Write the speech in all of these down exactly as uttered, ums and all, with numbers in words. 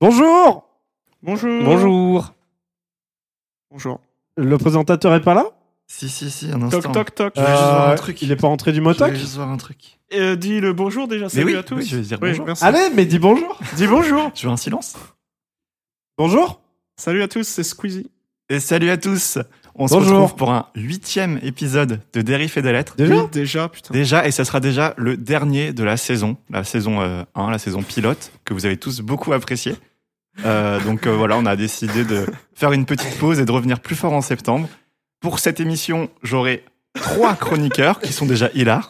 Bonjour. Bonjour. Bonjour. Bonjour. Le présentateur est pas là? Si, si, si, un instant. Toc, toc, toc. Je vais juste voir un truc. Il est pas rentré du Je motoc? vais juste voir un truc. Euh, dis le bonjour déjà, Mais salut oui, à tous. oui, je vais dire Oui, bonjour. merci. Allez, mais dis bonjour. Dis bonjour. Je veux un silence. Bonjour. Salut à tous, c'est Squeezie. Et salut à tous. On se Bonjour. retrouve pour un huitième épisode de Dérive et des lettres. Déjà Oui, déjà, putain. Déjà, et ça sera déjà le dernier de la saison, la saison euh, un, la saison pilote, que vous avez tous beaucoup apprécié. Euh, donc euh, voilà, on a décidé de faire une petite pause et de revenir plus fort en septembre. Pour cette émission, j'aurai trois chroniqueurs qui sont déjà hilars.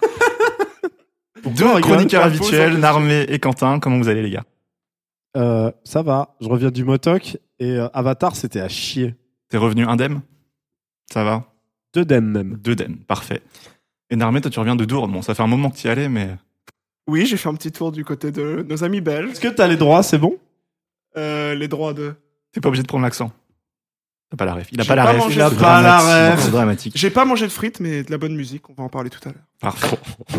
Deux on rigole chroniqueurs Pas de pause, habituels, en plus. Narmé et Quentin. Comment vous allez les gars? euh, Ça va, je reviens du motoc et euh, Avatar c'était à chier. T'es revenu indemne? Ça va? Deux dem même. Deux dem, parfait. Et Narmé, toi tu reviens de Dourdes. Bon, ça fait un moment que tu y allais, mais... Oui, j'ai fait un petit tour du côté de nos amis belges. Est-ce que t'as les droits, c'est bon? Euh, les droits de... T'es pas obligé de prendre l'accent. T'as pas la ref. Il a J'ai pas la pas ref. mangé Il a de- pas la dramatique, ref. c'est dramatique. J'ai pas mangé de frites, mais de la bonne musique, on va en parler tout à l'heure. Parfait.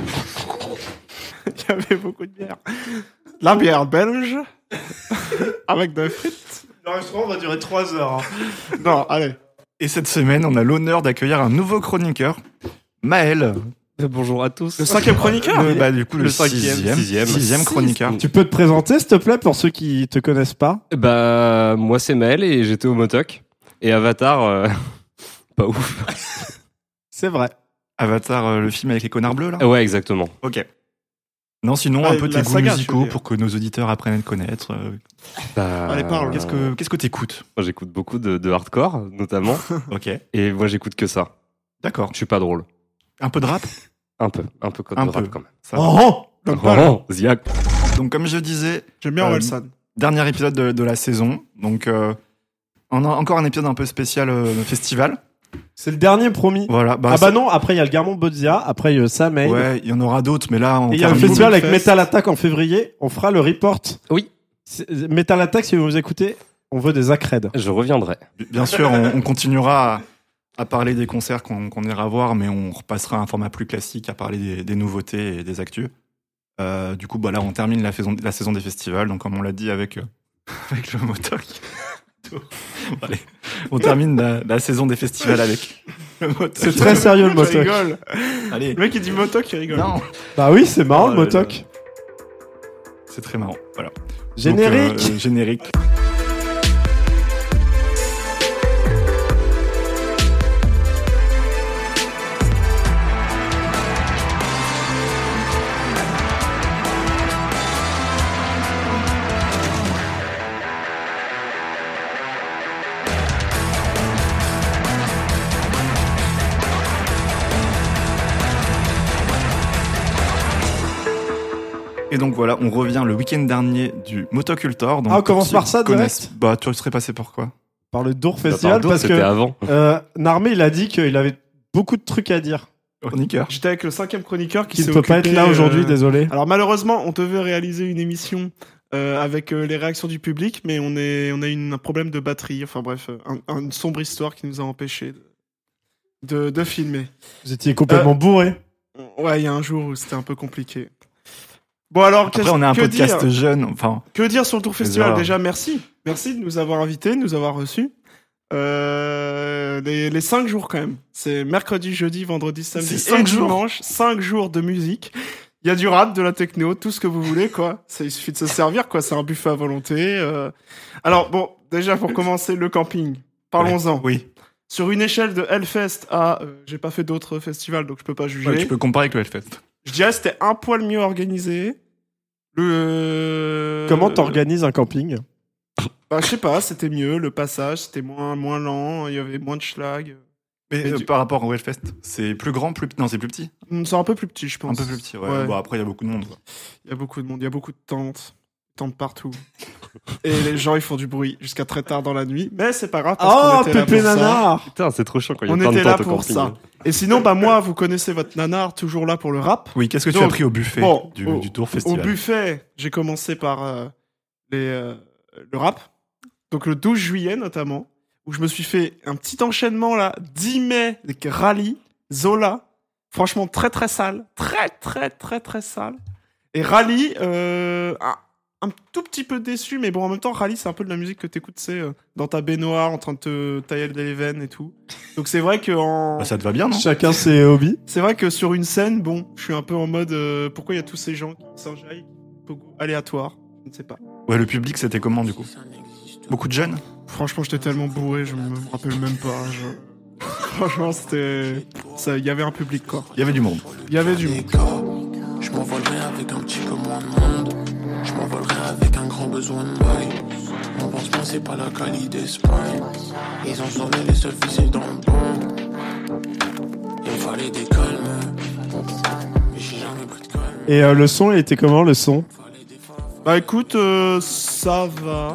Il y avait beaucoup de bière. La bière belge, avec des frites. L'enregistrement va durer trois heures. Non, allez. Et cette semaine, on a l'honneur d'accueillir un nouveau chroniqueur, Maël. Bonjour à tous. Le cinquième chroniqueur. Le- bah, du coup, le, Le cinquième, sixième, sixième. sixième chroniqueur. Tu peux te présenter s'il te plaît pour ceux qui te connaissent pas? Bah, moi c'est Maël et j'étais au motoc. Et Avatar, euh, pas ouf. C'est vrai. Avatar, euh, le film avec les connards bleus, là? Ah ouais, exactement. Ok. Non, sinon, Ah, un peu la tes goûts saga, tu veux musicaux dire. pour que nos auditeurs apprennent à te connaître. euh, Bah, Allez, parle. Qu'est-ce que qu'est-ce que t'écoutes? Moi j'écoute beaucoup de, de hardcore, notamment. Ok. Et moi j'écoute que ça. D'accord. Je suis pas drôle. Un peu de rap? Un peu. Un peu comme Un de rap peu. quand même. Ça va. Oh. Donc, voilà. Oh, Ziak. Donc, comme je disais, J'aime bien Euh, Orelsan. dernier épisode de, de la saison. Donc, euh, on a encore un épisode un peu spécial euh, festival. C'est le dernier promis. Voilà. Bah, Ah bah ça- non, après il y a le Garmon Bodzia, après il y a Samay. Ouais, il y en aura d'autres, mais là, on Et il y a le termine. festival avec Fest. Metal Attack en février. On fera le report. Oui. C'est- Metal Attack, si vous nous écoutez, on veut des accrèdes. Je reviendrai. Bien sûr, on, on continuera à, à parler des concerts qu'on qu'on ira voir, mais on repassera à un format plus classique à parler des, des nouveautés et des actus. Euh, du coup, bah là, on termine la saison, la saison des festivals, donc comme on l'a dit avec, euh, avec le motoc. Allez, on termine la, la saison des festivals avec le motoc. C'est très sérieux le Je motoc. rigole. Allez. Le mec, il dit motoc, il rigole. Non, Bah oui, c'est marrant Oh le là motoc. c'est très marrant. Voilà. Générique. Donc, euh, générique. Et donc voilà, on revient le week-end dernier du Motocultor. Donc, Ah, on commence ceux par qui ça, connaissent- direct Bah, tu serais passé par quoi? Par le Dour Bah, Festival, pardon, parce c'était que avant. euh, Narmé, il a dit qu'il avait beaucoup de trucs à dire. Chroniqueur. J'étais avec le cinquième chroniqueur qui Qui s'est ne peut pas être occupé, là aujourd'hui, euh, désolé. Alors malheureusement, on devait réaliser une émission euh, avec euh, les réactions du public, mais on, est, on a eu une- un problème de batterie. Enfin bref, euh, un- une sombre histoire qui nous a empêchés de, de, de filmer. Vous étiez complètement bourré. Ouais, il y a un jour où c'était un peu compliqué. Bon alors, Après, qu'est-ce on a un que podcast dire jeune. Enfin, Que dire sur le Tour Festival? Déjà. Déjà, merci. Merci de nous avoir invités, de nous avoir reçus. Euh, les, les cinq jours quand même. C'est mercredi, jeudi, vendredi, samedi C'est et cinq jours. dimanche. Cinq jours de musique. Il y a du rap, de la techno, tout ce que vous voulez, quoi. Ça, il suffit de se servir, quoi. C'est un buffet à volonté. euh. Alors, bon, déjà, pour commencer, le camping. Parlons-en. oui. Sur une échelle de Hellfest à... euh, j'ai pas fait d'autres festivals, donc je peux pas juger. Ouais, tu peux comparer avec le Hellfest. Je dirais que c'était un poil mieux organisé. Le... Comment t'organises un camping? Bah, je sais pas, c'était mieux. Le passage, c'était moins, moins lent. Il y avait moins de schlag. Mais Mais euh, du- par rapport au Hellfest, c'est plus grand, plus non, c'est plus petit. Hmm, C'est un peu plus petit, je pense. Un peu plus petit. Ouais. Ouais. Bon, après, il y a beaucoup de monde. quoi. Il y a beaucoup de monde, il y a beaucoup de tentes. Tentes partout. Et les gens, ils font du bruit jusqu'à très tard dans la nuit. Mais c'est pas grave. Parce Oh, qu'on était là Pépé pour ça. Nanar. Putain, c'est trop chiant quand il y a On plein de était là tentes au pour camping. ça. Et sinon, bah, moi, vous connaissez votre nanar, toujours là pour le rap. Oui, qu'est-ce que tu Donc, as pris au buffet bon, du, au- du Tour Au Festival? buffet, j'ai commencé par euh, les, euh, le rap. Donc le douze juillet notamment, où je me suis fait un petit enchaînement là, dix mai, avec Rally, Zola. Franchement, très très sale. Très très très très sale. Et Rally, euh, un, un tout petit peu déçu, mais bon, en même temps, rallye, c'est un peu de la musique que t'écoutes, tu sais, euh, dans ta baignoire, en train de te tailler les veines et tout. Donc c'est vrai que en... Bah, ça te va bien, non? Chacun ses hobbies. c'est vrai que sur une scène, bon, je suis un peu en mode, euh, pourquoi il y a tous ces gens qui s'enjaillent, aléatoire, je ne sais pas. Ouais, le public, c'était comment, du coup? Beaucoup de jeunes? Franchement, j'étais tellement bourré, je me rappelle même pas. Je... Franchement, c'était, ça, il y avait un public, quoi. Il y avait du monde. Il y avait du monde. Je m'envolerai avec un petit peu moins de monde. Je m'envolerai avec un grand besoin de maille. Mon pansement c'est pas la qualité d'Espagne. Ils ont sonné les seuls fusils dans le bon. Il me fallait des calmes. Mais j'ai jamais pris de calme. Et euh, le son, il était comment le son? Bah écoute, euh, ça va.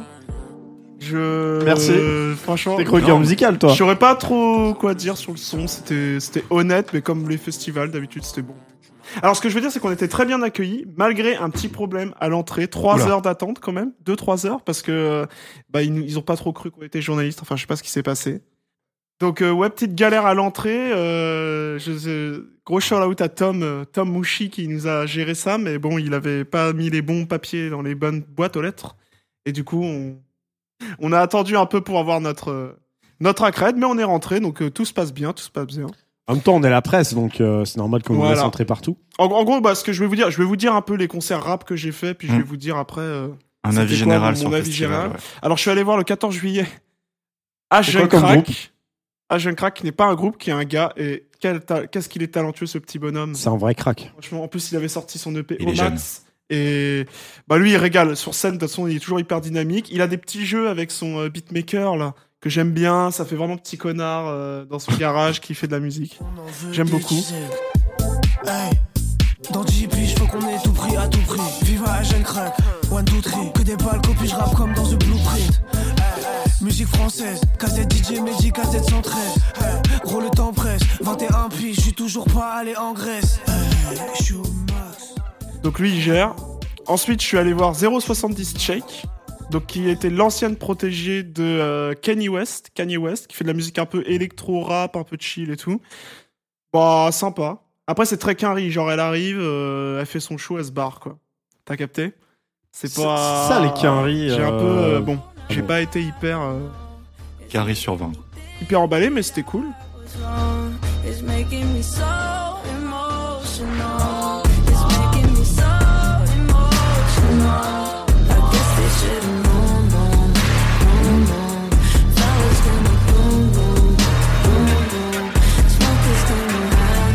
Je... Merci. Euh, franchement... T'es chroniqueur non, musical, toi. Je saurais pas trop quoi dire sur le son, c'était, c'était honnête, mais comme les festivals, d'habitude, c'était bon. Alors, ce que je veux dire, c'est qu'on était très bien accueillis, malgré un petit problème à l'entrée. Trois Oula. heures d'attente, quand même. Deux, trois heures, parce que, bah, ils, ils ont pas trop cru qu'on était journalistes. Enfin, je sais pas ce qui s'est passé. Donc, euh, ouais, petite galère à l'entrée. Euh, je, je- gros shout-out à Tom, euh, Tom Mouchi, qui nous a géré ça, mais bon, il avait pas mis les bons papiers dans les bonnes boîtes aux lettres. Et du coup, on, on a attendu un peu pour avoir notre, euh, notre accred, mais on est rentré, donc euh, tout se passe bien, tout se passe bien. En même temps, on est la presse, donc euh, c'est normal qu'on nous Voilà. laisse entrer partout. En, en gros, bah, ce que je vais vous dire, je vais vous dire un peu les concerts rap que j'ai fait, puis je Mm. vais vous dire après. euh, Un C'était avis quoi, général mon sur le avis festival. général ouais. Alors, je suis allé voir le quatorze juillet à C'est quoi Jeune comme Crack. À Jeune Crack, qui n'est pas un groupe, qui est un gars. Et quel ta- qu'est-ce qu'il est talentueux, ce petit bonhomme. C'est un vrai crack. Franchement, en plus, il avait sorti son E P Il est Omax. Et bah, lui, il régale. Sur scène, de toute façon, il est toujours hyper dynamique. Il a des petits jeux avec son euh, beatmaker, là, que j'aime bien. Ça fait vraiment petit connard euh, dans son garage qui fait de la musique. J'aime beaucoup. Hey, dans dix piges, faut qu'on ait tout pris à tout prix. Viva à Jeune Crack, one, two, three. Que des balles, copies, je rappe comme dans The Blueprint. Hey, hey, musique française, cassette D J Mehdi, cassette cent treize. Hey, gros, le temps presse, vingt et un piges, je suis toujours pas allé en Grèce. Hey, je suis au max. Donc lui, il gère. Ensuite, je suis allé voir zéro soixante-dix Shake, donc qui était l'ancienne protégée de euh, Kanye West, Kanye West, qui fait de la musique un peu électro-rap, un peu chill et tout. Bah, sympa. Après, c'est très quinri, genre elle arrive, euh, elle fait son show, elle se barre, quoi. T'as capté? C'est C'est- pas... c'est ça, les quinri, J'ai un euh, peu... euh, bon, j'ai bon. pas été hyper, euh, Carré sur vingt. hyper emballé, mais c'était cool. It's making me so emotional. It's making me so emotional. I guess they should've known, known, known, known. Flowers gonna bloom, bloom, bloom, bloom. Smoke is gonna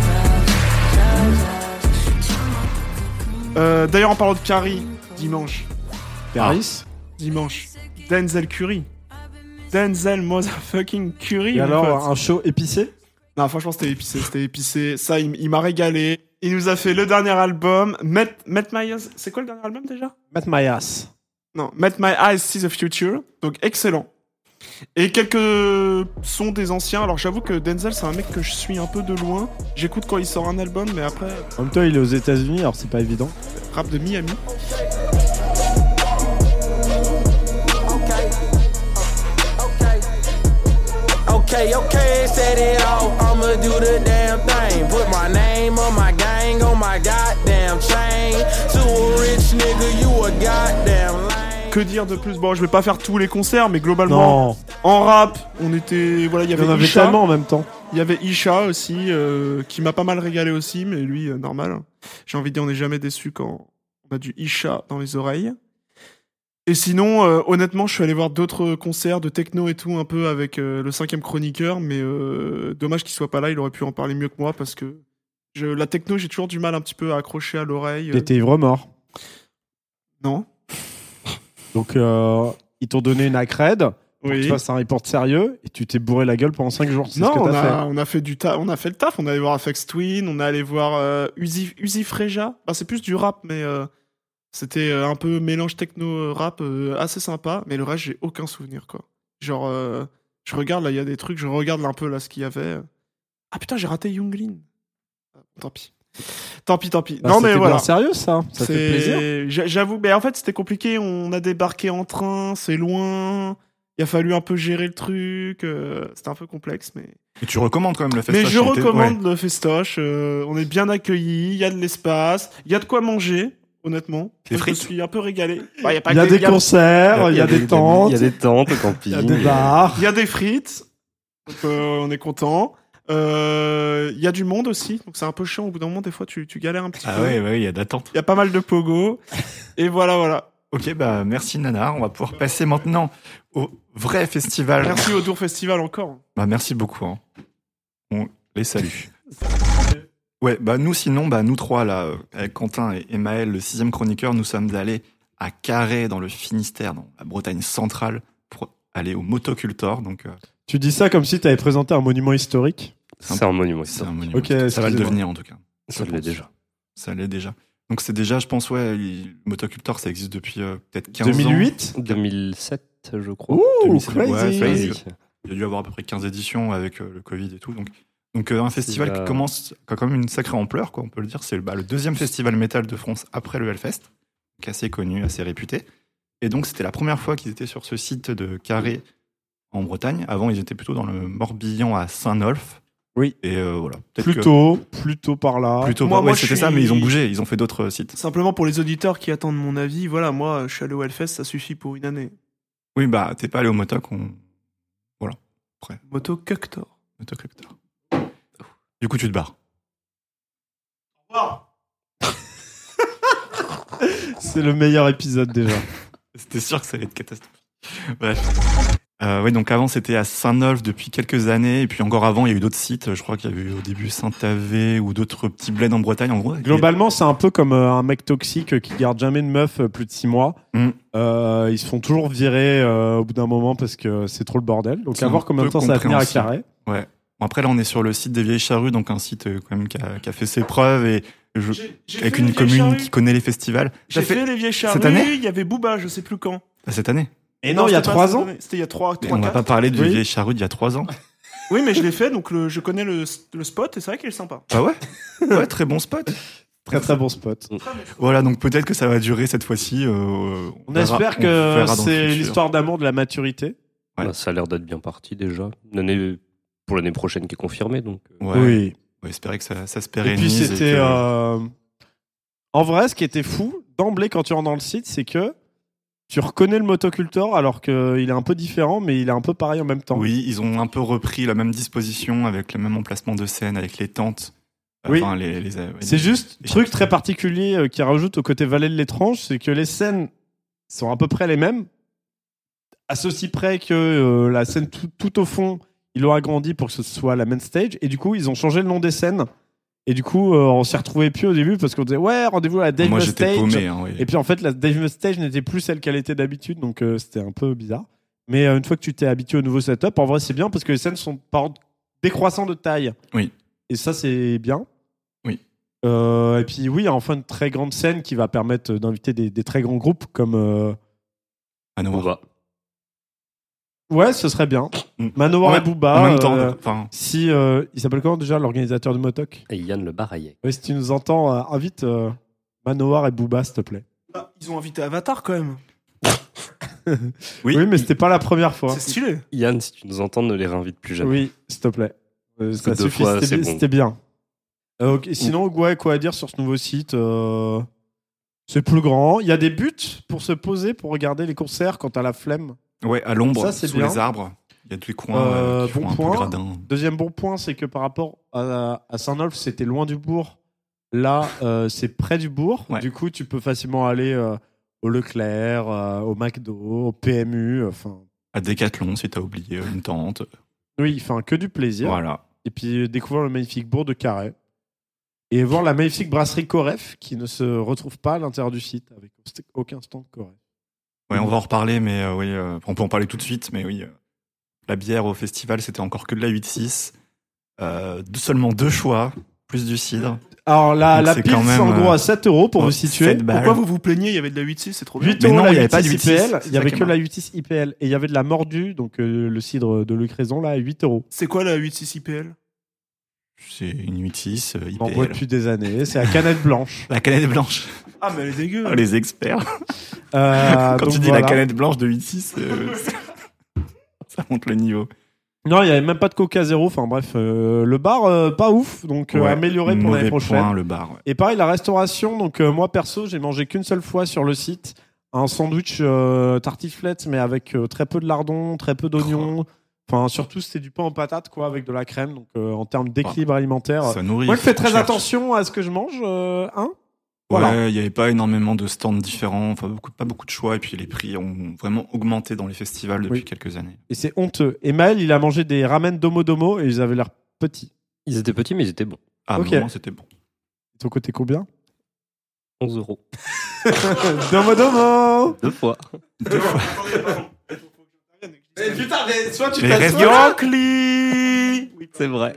have, have, have. Euh, D'ailleurs, en parlant de Carrie, dimanche, Paris. dimanche, Denzel Curry. Denzel motherfucking Curry. Et mon alors, pote. un show épicé? Non, franchement, c'était épicé, c'était épicé. Ça, il, il m'a régalé. Il nous a fait le dernier album. Met, Met My Eyes. C'est quoi le dernier album déjà? Met my ass. Non, Met My Eyes See the Future. Donc, excellent. Et quelques sons des anciens. Alors, j'avoue que Denzel, c'est un mec que je suis un peu de loin. J'écoute quand il sort un album, mais après, En même temps, il est aux États-Unis, alors c'est pas évident. rap de Miami. Okay, okay, set it off. I'ma do the damn thing. Put my name on my gang, on my goddamn chain. To a rich nigga, you a goddamn lame. Que dire de plus? Bon, je vais pas faire tous les concerts, mais globalement, Non, en rap, on était. Voilà, il y il y en avait avait Isha. tellement en même temps. Il y avait Isha aussi, euh, qui m'a pas mal régalé aussi, mais lui, euh, normal. J'ai envie de dire, on n'est jamais déçu quand on a du Isha dans les oreilles. Et sinon, euh, honnêtement, je suis allé voir d'autres concerts de techno et tout, un peu avec euh, le cinquième chroniqueur, mais euh, dommage qu'il soit pas là, il aurait pu en parler mieux que moi, parce que je, la techno, j'ai toujours du mal un petit peu à accrocher à l'oreille. Il était ivre-mort. Non. Donc, euh, ils t'ont donné une accred pour que Oui. tu fasses un report sérieux et tu t'es bourré la gueule pendant cinq jours. C'est Non, ce que on t'as a, fait. on a fait du ta- on a fait le taf. On est allé voir Afex Twin, on est allé voir euh, Uzi, Uzi Freja. Bah, c'est plus du rap, mais euh, c'était euh, un peu mélange techno-rap euh, assez sympa. Mais le reste, j'ai aucun souvenir, quoi. Genre, euh, je regarde là, il y a des trucs, je regarde un peu là ce qu'il y avait. Ah putain, j'ai raté Younglin. Ah, tant pis. Tant pis, tant pis. Bah, non, mais c'était voilà. bien sérieux, ça. Ça fait plaisir. C'est- j'a- J'avoue, mais en fait, c'était compliqué. On a débarqué en train, c'est loin. Il a fallu un peu gérer le truc. euh, C'était un peu complexe, mais. Et tu recommandes quand même le Mais festoche. je il était- recommande ouais. le festoche. euh, on est bien accueillis. Il y a de l'espace. Il y a de quoi manger. honnêtement. Des Moi, je me frites suis un peu régalé. Bah, y a pas Il y a que des concerts, il y a des Il tentes, y a des tentes au il camping. y a des bars. Il y a des frites, donc euh, on est content. Euh, Il y a du monde aussi, donc c'est un peu chiant. Au bout d'un moment, des fois, tu, tu galères un petit Ah peu. ouais, ouais, il y a d'attente. Il y a pas mal de pogo. Et voilà, voilà. Ok, bah merci Nana. On va pouvoir passer maintenant au vrai festival. Merci au Dour Festival encore. Bah merci beaucoup. Hein. On les salue. Ouais, bah nous sinon, bah nous trois là, euh, avec Quentin et, et Maël, le sixième chroniqueur, nous sommes allés à Carhaix dans le Finistère, dans la Bretagne centrale, pour aller au Motocultor. Donc euh, Tu dis ça comme si tu avais présenté un monument historique. C'est un monument. c'est un monument. Ok, ça va le excusez-moi. devenir en tout cas. Ça je l'est pense. déjà. Ça l'est déjà. Donc c'est déjà, je pense, ouais, il- le Motocultor, ça existe depuis euh, peut-être quinze deux mille ans. huit deux mille sept, je crois. Ouh, deux mille sept, ouais, crazy. ça- Crazy. Il y a dû avoir à peu près quinze éditions avec euh, le Covid et tout. Donc, donc euh, un festival déjà- qui commence, qui a quand même une sacrée ampleur, quoi, on peut le dire. C'est bah, le deuxième festival métal de France après le Hellfest, qui est assez connu, assez réputé. Et donc c'était la première fois qu'ils étaient sur ce site de Carhaix en Bretagne. Avant, ils étaient plutôt dans le Morbihan à Saint-Nolf. Oui. Et euh, voilà. Peut-être que- Plutôt, plutôt par là. Plutôt Moi- pas- moi, ouais, je c'était suis- ça, mais ils ont bougé. Ils ont fait d'autres sites. Simplement pour les auditeurs qui attendent mon avis, voilà, moi, je suis allé au Hellfest, ça suffit pour une année. Oui, bah t'es pas allé au Motoc, on... Motocultor. Motocultor. Du coup, tu te barres. C'est le meilleur épisode déjà. C'était sûr que ça allait être catastrophique. Bref. Euh, oui, donc avant c'était à Saint-Nolf depuis quelques années, et puis encore avant il y a eu d'autres sites. Je crois qu'il y avait eu au début Saint-Avé ou d'autres petits bleds en Bretagne. En gros, Globalement, c'est un peu comme euh, un mec toxique qui garde jamais de meuf euh, plus de six mois. Mm. Euh, ils se font toujours virer euh, au bout d'un moment parce que c'est trop le bordel. Donc C'est à un voir combien de peu temps ça va tenir à compréhensible. Carhaix. Ouais. Bon, après là on est sur le site des Vieilles Charrues, donc un site euh, quand même qui a, qui a fait ses preuves et je- J'ai- j'ai avec fait une les Vieilles commune Charrues. qui connaît les festivals. J'ai T'as fait, fait les vieilles charrues. cette année Il y avait Booba, je sais plus quand. Ah, cette année. Et non, il y a c'était pas trois cette ans. année, C'était il y a trois, Et trois on n'a quatre. pas parlé du Oui. Vieilles Charrues d'il y a trois ans. Oui, mais je l'ai fait, donc le- je connais le, le spot et c'est vrai qu'il est sympa. Ah ouais. Ouais, très bon spot. Très très bon spot. Voilà, donc peut-être que ça va durer cette fois-ci. euh, On verra- espère on que verra dans le c'est futur. l'histoire d'amour de la maturité. Ouais. Bah, ça a l'air d'être bien parti déjà. L'année- pour l'année prochaine qui est confirmée. Donc, euh, Ouais. Oui. On va espérer que ça, ça se Et pérennise. puis c'était. que- euh, En vrai, ce qui était fou, d'emblée, quand tu rentres dans le site, c'est que tu reconnais le Motocultor alors qu'il est un peu différent, mais il est un peu pareil en même temps. Oui, ils ont un peu repris la même disposition avec le même emplacement de scène, avec les tentes. Oui. Enfin, les, les- ouais, C'est les- juste les truc chapiteaux. très particulier euh, qui rajoute au côté Vallée de l'étrange, c'est que les scènes sont à peu près les mêmes, à ceci près que euh, la scène tout, tout au fond, ils l'ont agrandi pour que ce soit la main stage, et du coup ils ont changé le nom des scènes, et du coup euh, on s'y retrouvait plus au début parce qu'on disait ouais rendez-vous à la Dave Moi, Must j'étais Stage, paumé. Hein, oui. et puis en fait la Dave Must Stage n'était plus celle qu'elle était d'habitude, donc euh, c'était un peu bizarre. Mais euh, une fois que tu t'es habitué au nouveau setup, en vrai c'est bien parce que les scènes sont par ordre décroissant de taille. Oui. Et ça c'est bien. Oui. Euh, et puis oui, enfin une très grande scène qui va permettre d'inviter des, des très grands groupes comme euh, Manowar. Booba. ouais, ce serait bien. Mm. Manowar En et même- Booba. En même temps, euh, enfin, si euh, il s'appelle comment déjà l'organisateur du Motoc? Et Yann Le Baraillec. Ouais, si tu nous entends, euh, invite euh, Manowar et Booba s'il te plaît. Ah, ils ont invité Avatar quand même. oui, Oui, mais c'était pas la première fois. C'est stylé. Yann, si tu nous entends, ne les réinvite plus jamais. Oui, s'il te plaît. Euh, ça que deux suffit, fois, c'était c'est bi- bon. c'était bien. Euh, ok, Sinon, ouais, quoi à dire sur ce nouveau site euh, c'est plus grand. Il y a des buts pour se poser, pour regarder les concerts quand t'as la flemme. ouais, à l'ombre, Ça, c'est sous bien. les arbres. Il y a tous les coins Euh, euh, qui bon font un point. peu gradin. Deuxième bon point, c'est que par rapport à, à Saint-Nolf, c'était loin du bourg. Là, euh, c'est près du bourg. Ouais. Du coup, tu peux facilement aller euh, au Leclerc, euh, au McDo, au P M U. Enfin, À Décathlon, si t'as oublié euh, une tente. oui, enfin, que du plaisir. Voilà. Et puis euh, découvrir le magnifique bourg de Carhaix. Et voir la magnifique brasserie Coref qui ne se retrouve pas à l'intérieur du site avec aucun stand Coref. Ouais, on va en reparler, mais euh, oui, euh, on peut en parler tout de suite, mais oui. euh, la bière au festival, c'était encore que de la huit six. Euh, deux- seulement deux choix, plus du cidre. Alors, la, Donc la c'est pils, quand même, en gros, euh, à sept euros pour oh, vous situer. sept balles. Pourquoi vous vous plaignez? Il y avait de la huit six, c'est trop bien. huit Mais euros non, la il y avait pas de huit six I P L. huit six, Il y avait c'est que ça qui est la huit six I P L. Et il y avait de la mordue, donc euh, le cidre de Luc Raison, là, à huit euros. C'est quoi la huit six I P L? C'est une huit six, euh, Je m'en bois I P L. depuis des années. C'est à canette blanche. La canette blanche. Ah, mais elle est dégueu. Oh, les experts. Euh, Quand donc tu dis voilà. la canette blanche de huit six, euh, ça monte le niveau. Non, il y avait même pas de Coca zéro. Enfin bref, euh, le bar euh, pas ouf, donc euh, Ouais, amélioré pour l'année mauvais prochaine. point, le bar. Ouais. Et pareil, la restauration. Donc euh, moi perso, j'ai mangé qu'une seule fois sur le site un sandwich euh, tartiflette, mais avec euh, très peu de lardons, très peu d'oignons. Enfin surtout c'était du pain aux patates quoi, avec de la crème. Donc euh, en termes d'équilibre alimentaire, Ça nourrit. moi je fais on très cherche. attention à ce que je mange. Euh, hein Voilà. Ouais, il n'y avait pas énormément de stands différents, enfin beaucoup, pas beaucoup de choix, et puis les prix ont vraiment augmenté dans les festivals depuis Oui. quelques années. Et c'est honteux. Et Maël, il a mangé des ramen Domo Domo et ils avaient l'air petits. Ils étaient petits, mais ils étaient bons. Ah, Ok. mais au moins, c'était bon. Ton côté combien onze euros. Domo Domo Deux fois. Mais putain, mais soit tu Les t'assois. Yonkli C'est vrai.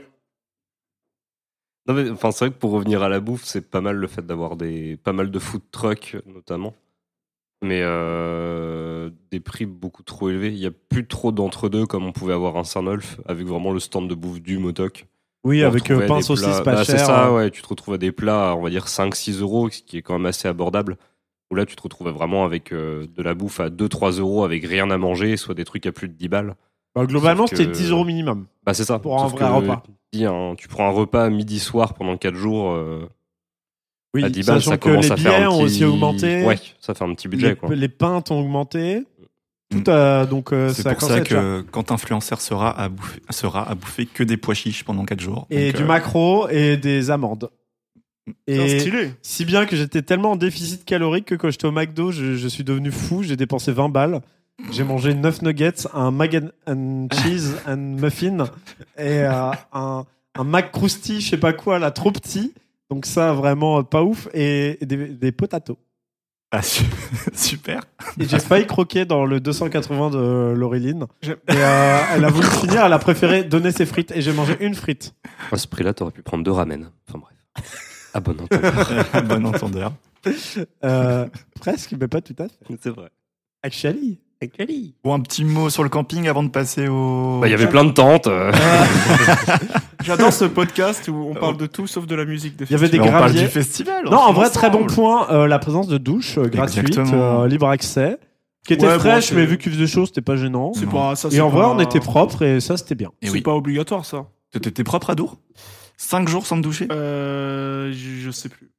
Non mais enfin c'est vrai que pour revenir à la bouffe, c'est pas mal le fait d'avoir des pas mal de food trucks notamment, mais euh, des prix beaucoup trop élevés. Il y a plus trop d'entre-deux comme on pouvait avoir un Saint-Nolf avec vraiment le stand de bouffe du Motoc. Oui, On avec retrouvait euh, pain des saucisse plats- pas bah, cher. C'est ça, euh. ouais. Tu te retrouves à des plats, on va dire cinq six euros, ce qui est quand même assez abordable. Où là, tu te retrouvais vraiment avec euh, de la bouffe à deux trois euros avec rien à manger, soit des trucs à plus de dix balles. Bah, globalement, Sauf c'était que- dix euros minimum. Bah, c'est ça. Pour un Sauf vrai que, repas. dis, hein, tu prends un repas midi-soir pendant quatre jours. euh, Oui, à dix balles, sachant ça que commence les à faire billets un ont petit... aussi augmenté. Ouais, ça fait un petit budget, les, quoi. les pintes ont augmenté. Tout Mm. a, donc euh, C'est ça a pour commencé à ça être cher. que quand influenceur sera à bouffer, sera à bouffer que des pois chiches pendant quatre jours. Et Donc, du euh, maquereau et des amandes. C'est Et stylé. si bien que j'étais tellement en déficit calorique que quand j'étais au McDo, je, je suis devenu fou. J'ai dépensé vingt balles. J'ai mangé neuf nuggets, un mac and- and cheese and muffin et euh, un, un Mac Krusty, je sais pas quoi, là, trop petit. Donc ça, vraiment euh, pas ouf. Et, et des, des potatoes. ah, su- super. Et j'ai failli croquer dans le deux cent quatre-vingts de Laureline. J'aime- Et euh, elle a voulu finir, elle a préféré donner ses frites. Et j'ai mangé une frite. À ce prix-là, t'aurais pu prendre deux ramen. Enfin bref. À bon entendeur. Bon entendeur. Euh, presque, mais pas tout à fait. C'est vrai. Actually. Bon, un petit mot sur le camping avant de passer au. Bah, il y avait plein de tentes. euh. J'adore ce podcast où on parle de tout sauf de la musique. Il y avait des Mais on parle graviers. du festival. Non, en vrai, ensemble. très bon point. euh, la présence de douches euh, gratuites, Exactement. euh, libre accès, qui était Ouais, bon, fraîche, c'est- mais vu qu'il faisait chaud, c'était pas gênant. C'est Non. pas ça. Et c'est en vrai, pas- on était propre et ça, c'était bien. Et C'est oui. pas obligatoire ça. T'étais propre à Dour Cinq jours sans te doucher Euh, je, je sais plus.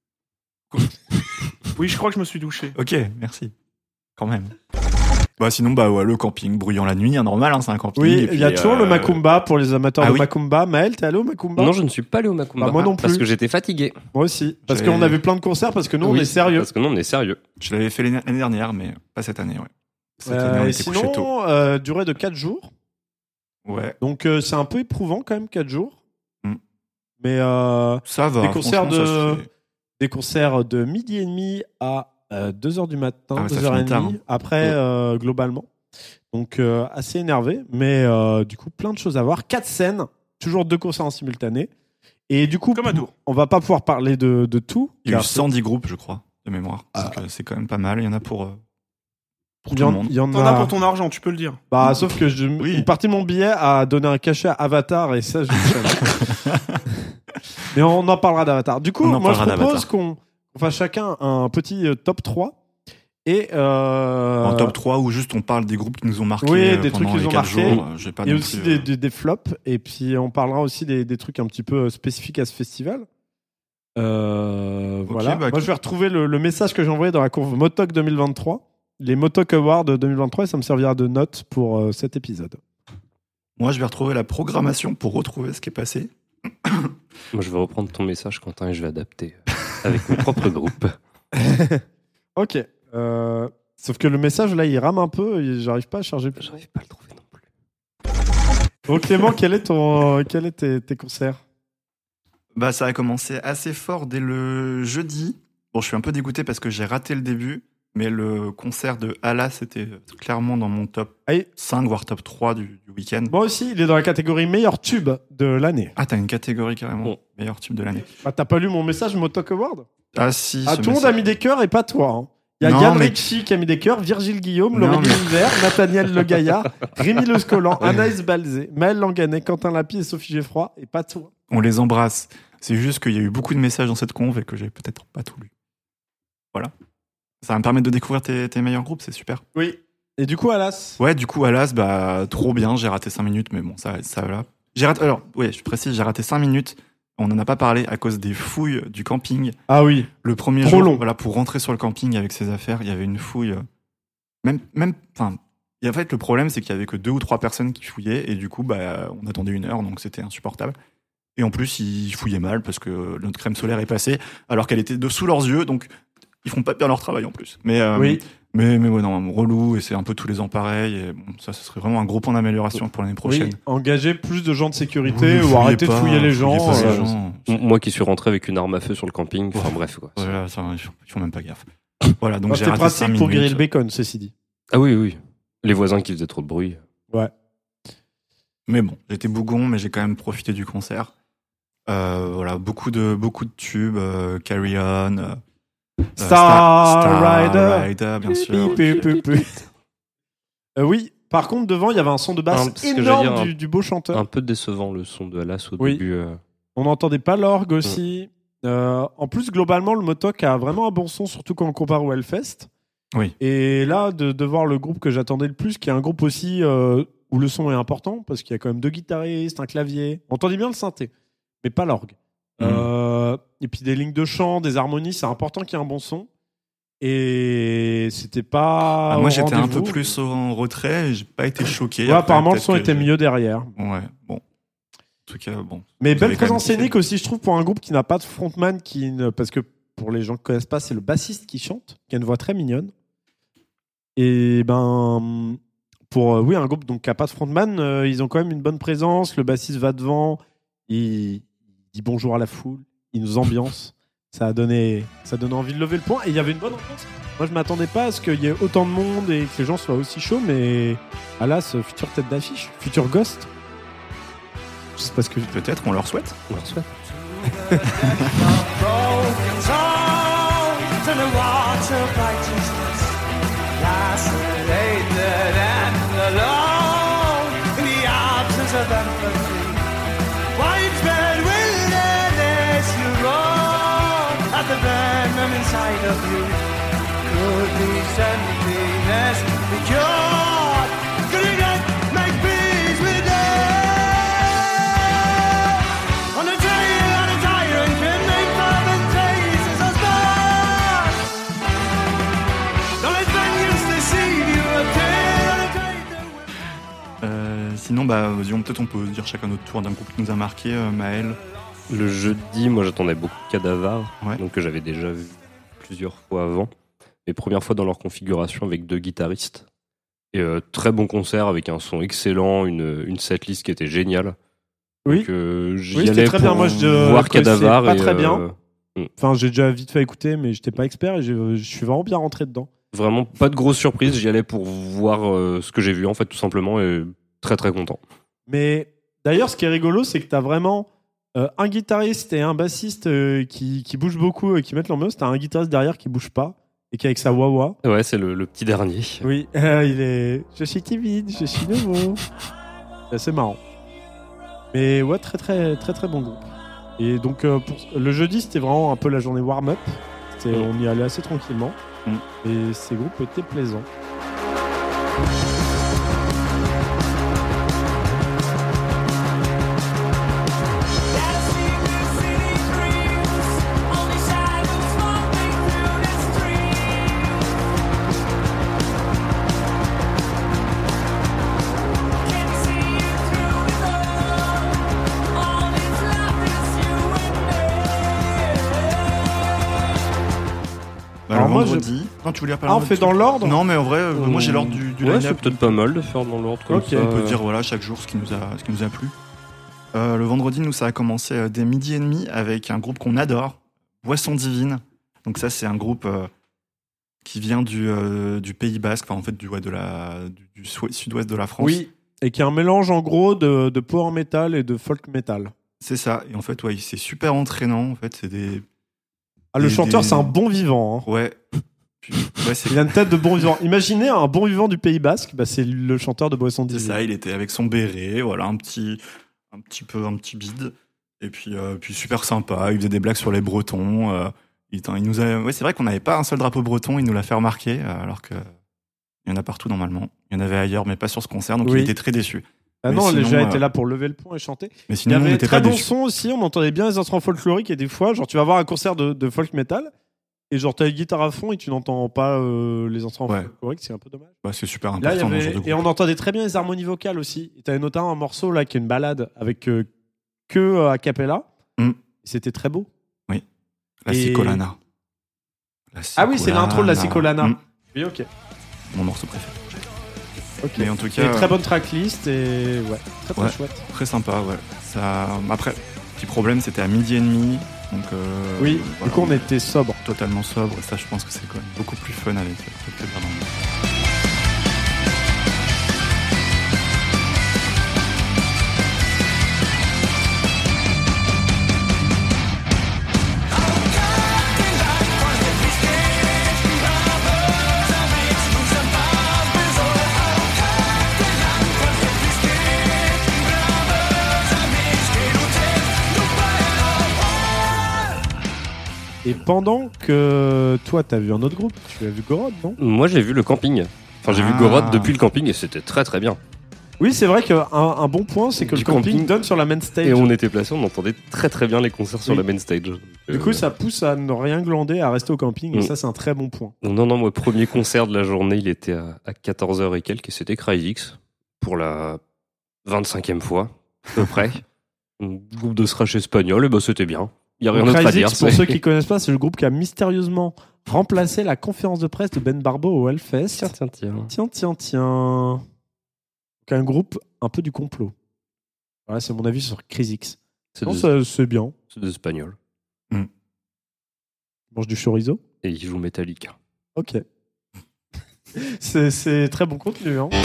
Oui, je crois que je me suis douché. Ok, merci. Quand même. Bah sinon, bah ouais, le camping bruyant la nuit, hein, normal, hein, c'est un camping. Oui, et il y a puis, toujours euh, le Macumba pour les amateurs ah de oui. Macumba. Maël, t'es allé au Macumba? Non, je ne suis pas allé au Macumba. Bah, moi non Parce plus. que j'étais fatigué. Moi aussi. Parce J'avais- qu'on a vu plein de concerts, parce que nous, on Oui, est sérieux. Parce que nous, on est sérieux. Je l'avais fait l'année l'année dernière, mais pas cette année, ouais. Cette Euh, année, on et était couché tôt. sinon, euh, durée de quatre jours. Ouais, Donc, euh, c'est un peu éprouvant quand même, quatre jours. Mm. Mais euh, ça va. Des concerts franchement, ça de- se fait. des concerts de midi et demi à euh, deux heures du matin, Ah ouais, ça deux heures finit tard, trente, hein. après, Ouais. euh, globalement. Donc, euh, assez énervé, mais euh, du coup, plein de choses à voir. Quatre scènes, toujours deux concerts en simultané. Et du coup, Comme à Dour. on va pas pouvoir parler de, de tout. Il y a eu car cent dix groupes, je crois, de mémoire. Donc euh, c'est quand même pas mal. Il y en a pour, euh, pour il y tout en- le monde. il y en T'en a- as pour ton argent, tu peux le dire. Bah, sauf que je, Oui. une partie de mon billet a donné un cachet à Avatar et ça, je Mais on en parlera d'Avatar. Du coup, On en moi, je parlera propose d'Avatar. qu'on qu'on fasse chacun un petit euh, top trois. Et, euh, En top trois, où juste on parle des groupes qui nous ont marqués Oui, euh, des pendant trucs qui les nous ont quatre marqués. jours. Euh, j'ai pas et non aussi plus, des, euh, des, des flops. Et puis, on parlera aussi des, des trucs un petit peu euh, spécifiques à ce festival. Euh, Ok, voilà. bah, Moi, je vais retrouver le, le message que j'ai envoyé dans la courbe Motoc deux mille vingt-trois. Les Motoc Awards deux mille vingt-trois, et ça me servira de note pour euh, cet épisode. Moi, je vais retrouver la programmation pour retrouver ce qui est passé. Moi, je vais reprendre ton message, Quentin, et je vais adapter euh, avec mon propre groupe. Ok. Euh, sauf que le message, là, il rame un peu. et J'arrive pas à charger plus. J'arrive pas à le trouver non plus. Donc, Clément, quel est, ton, quel est tes, tes concerts? Bah, ça a commencé assez fort dès le jeudi. Bon, je suis un peu dégoûté parce que j'ai raté le début, mais le concert de Hala, c'était clairement dans mon top Ah, et- cinq, voire top trois du, du week-end. Moi aussi, il est dans la catégorie meilleur tube de l'année. Ah, t'as une catégorie carrément. Bon. Meilleur tube de l'année. Bah, t'as pas lu mon message Motoc Award? Ah, si. Ah, ce tout le monde message- a mis des cœurs et pas toi. hein. Il y a Non, Yann mais- Ritchie qui a mis des cœurs, Virgile Guillaume, Non, Laurélie mais- Hiver, Nathaniel Le Gaillard, Rémi Le Scolan, Anaïs Balzé, Maël Langanet, Quentin Lapie et Sophie Geffroy, et pas toi. On les embrasse. C'est juste qu'il y a eu beaucoup de messages dans cette conve et que j'ai peut-être pas tout lu. Voilà. Ça va me permettre de découvrir tes, tes meilleurs groupes, c'est super. Oui. Et du coup, Alas Ouais, du coup, Alas, bah, trop bien. J'ai raté cinq minutes, mais bon, ça, ça va. J'ai raté, alors, ouais, je précise, j'ai raté cinq minutes. On n'en a pas parlé à cause des fouilles du camping. Ah oui. Le premier Trop jour, long. voilà, pour rentrer sur le camping avec ses affaires, il y avait une fouille. euh, Même, même, enfin, en fait, le problème, c'est qu'il y avait que deux ou trois personnes qui fouillaient, et du coup, bah, on attendait une heure, donc c'était insupportable. Et en plus, ils fouillaient mal parce que notre crème solaire est passée, alors qu'elle était de sous leurs yeux, donc ils font pas bien leur travail en plus. Mais, euh, Oui. mais, mais ouais, non, relou, et c'est un peu tous les ans pareil. Et bon, ça, ce serait vraiment un gros point d'amélioration pour l'année prochaine. Oui, engager plus de gens de sécurité Ne ou fouillez arrêter de pas, fouiller les fouillez gens. pas les euh, gens. M- Moi qui suis rentré avec une arme à feu sur le camping, enfin bref quoi. Voilà, ça, ils, font, ils font même pas gaffe. Voilà, donc bah, j'ai C'était raté cinq pratique pour minutes. griller le bacon, ceci dit. Ah oui, oui. Les voisins qui faisaient trop de bruit. Ouais. Mais bon, j'étais bougon, mais j'ai quand même profité du concert. Euh, voilà, beaucoup de, beaucoup de tubes, euh, Carry On, euh, Star, Star Rider. Rider, bien sûr. Pi, pi, pi, pi. Euh, oui, par contre, devant, il y avait un son de basse Un- c'est ce que énorme j'allais dire, un- du, du beau chanteur. Un peu décevant le son de Alas au Oui. début. euh. On n'entendait pas l'orgue aussi. Euh, en plus, globalement, le Motok a vraiment un bon son, surtout quand on compare au Hellfest. Oui. Et là, de, de voir le groupe que j'attendais le plus, qui est un groupe aussi euh, où le son est important, parce qu'il y a quand même deux guitaristes, un clavier. On entendait bien le synthé, mais pas l'orgue. Mmh. Euh, et puis des lignes de chant, des harmonies, c'est important qu'il y ait un bon son. Et c'était pas. Ah, au moi, j'étais un peu rendez-vous. plus en retrait, et j'ai pas été choqué. Ouais, Après, apparemment, le peut-être son que était j'ai- mieux derrière. Ouais, bon. En tout cas, bon. Mais Vous belle avez quand même présence kiffé. scénique aussi, je trouve, pour un groupe qui n'a pas de frontman, qui ne... parce que pour les gens qui ne connaissent pas, c'est le bassiste qui chante, qui a une voix très mignonne. Et ben, pour euh, oui, un groupe donc, qui n'a pas de frontman, euh, ils ont quand même une bonne présence. Le bassiste va devant, il dit bonjour à la foule, il nous ambiance. Ça a donné, ça donne envie de lever le point. Et il y avait une bonne ambiance. Moi, je m'attendais pas à ce qu'il y ait autant de monde et que les gens soient aussi chauds, mais alas, future tête d'affiche, futur Ghost. Je sais pas ce que je Peut-être, on leur souhaite. On leur souhaite. Euh, sinon, bah, disons, peut-être on peut dire chacun notre tour d'un groupe qui nous a marqué, euh, Maël. Le jeudi, moi j'attendais beaucoup Cadavar, Ouais. donc que j'avais déjà vu plusieurs fois avant. Mes premières fois dans leur configuration avec deux guitaristes. Et euh, très bon concert avec un son excellent, une, une setlist qui était géniale. Oui. Donc, euh, j'y Oui, c'était allais très pour bien. Moi, je euh, voir connaissais Cadavar. pas et, très euh, bien. Enfin, j'ai déjà vite fait écouter, mais j'étais pas expert et j'ai- je suis vraiment bien rentré dedans. Vraiment pas de grosse surprise, j'y allais pour voir euh, ce que j'ai vu en fait tout simplement et très très content. Mais d'ailleurs, ce qui est rigolo, c'est que t'as vraiment euh, un guitariste et un bassiste euh, qui, qui bougent beaucoup et qui mettent l'ambiance. T'as un guitariste derrière qui bouge pas et qui est avec sa wah-wah. Ouais, c'est le, le petit dernier. Oui, euh, il est. Je suis timide, je suis nouveau. C'est assez marrant. Mais ouais, très très très très bon groupe. Et donc euh, pour... le jeudi, c'était vraiment un peu la journée warm-up. C'était- Mm. On y allait assez tranquillement. Mm. Et ces groupes étaient plaisants. Bah, Alors le moi, vendredi. Non, tu voulais pas Ah, on fait dans l'ordre. Non, mais en vrai, euh, moi j'ai l'ordre du, du Ouais, c'est line-up. peut-être pas mal de faire dans l'ordre comme Ok. ça. On peut dire voilà chaque jour ce qui nous a, ce qui nous a plu. Euh, le vendredi, nous, ça a commencé euh, dès midi et demi avec un groupe qu'on adore, Boisson Divine. Donc ça, c'est un groupe euh, qui vient du, euh, du Pays Basque, enfin en fait du, ouais, de la, du, du sou- sud-ouest de la France. Oui, et qui est un mélange en gros de, de power metal et de folk metal. C'est ça. Et en fait, ouais, c'est super entraînant. En fait, c'est des, Ah, le Des- chanteur, des- c'est un bon vivant. hein. ouais, Puis, ouais, c'est Il a une tête de bon vivant. Imaginez un bon vivant du Pays Basque, bah, c'est le chanteur de Boisson c'est Divine. ça. Il était avec son béret, voilà, un petit, un petit peu, un petit bide. Et puis, euh, puis super sympa. Il faisait des blagues sur les Bretons. euh, il, il nous a, ouais, c'est vrai qu'on n'avait pas un seul drapeau breton. Il nous l'a fait remarquer, euh, alors que Il y en a partout normalement. Il y en avait ailleurs, mais pas sur ce concert, donc Oui. il était très déçu. Ah Mais non, les sinon, gens euh, étaient là pour lever le pont et chanter. Mais Il y sinon, on avait n'était très pas bon déçus. son aussi, on entendait bien les instruments folkloriques et des fois, genre tu vas voir un concert de, de folk metal et genre t'as une guitare à fond et tu n'entends pas euh, les instruments Ouais. folkloriques, c'est un peu dommage. Bah, c'est super Là, il y important dans ce avait... genre de Et groupe. on entendait très bien les harmonies vocales aussi. Et t'avais notamment un morceau là qui est une balade avec euh, que euh, a cappella. Mm. C'était très beau. La et- Cicolana. La Ah oui, c'est l'intro de la Cicolana. Cicolana. Mm. Oui, ok. Mon morceau préféré. Ok. Mais en tout C'est cas, une très bonne tracklist et ouais, très très Ouais. chouette. très sympa, ouais. Ça... Après, petit problème, c'était à midi et demi. Donc, euh, Oui, voilà, du coup on était sobre. totalement sobre. Ça, je pense que c'est quand même beaucoup plus fun avec quelques bières dans le nez. Et pendant que toi t'as vu un autre groupe, tu as vu Gorod, non? Moi, j'ai vu le camping. Enfin, j'ai vu Ah. Gorod depuis le camping et c'était très très bien. Oui, c'est vrai qu'un un bon point, c'est que Du le camping, camping. donne sur la main stage. Et on était placés, on entendait très très bien les concerts sur Oui. la main stage. Du Euh, coup, ça pousse à ne rien glander, à rester au camping, et Mm. ça, c'est un très bon point. Donc, non, non, moi, premier concert de la journée, il était à, à quatorze heures et quelques, et c'était Cryzix, pour la vingt-cinquième fois, à peu près. Un groupe de thrash espagnol, et bah c'était bien. Il n'y a rien Donc, d'autre à Cryzix, dire. pour c'est- ceux qui connaissent pas, c'est le groupe qui a mystérieusement remplacé la conférence de presse de Ben Barbo au Hellfest. Tiens, tiens, tiens. Tiens, tiens, tiens. Donc, un groupe un peu du complot. Voilà, c'est mon avis sur Cryzix. C'est Non, des, ça, c'est bien. c'est des Espagnols. Ils mangent du chorizo. Et ils jouent Metallica. Ok. c'est, c'est très bon contenu. Hein.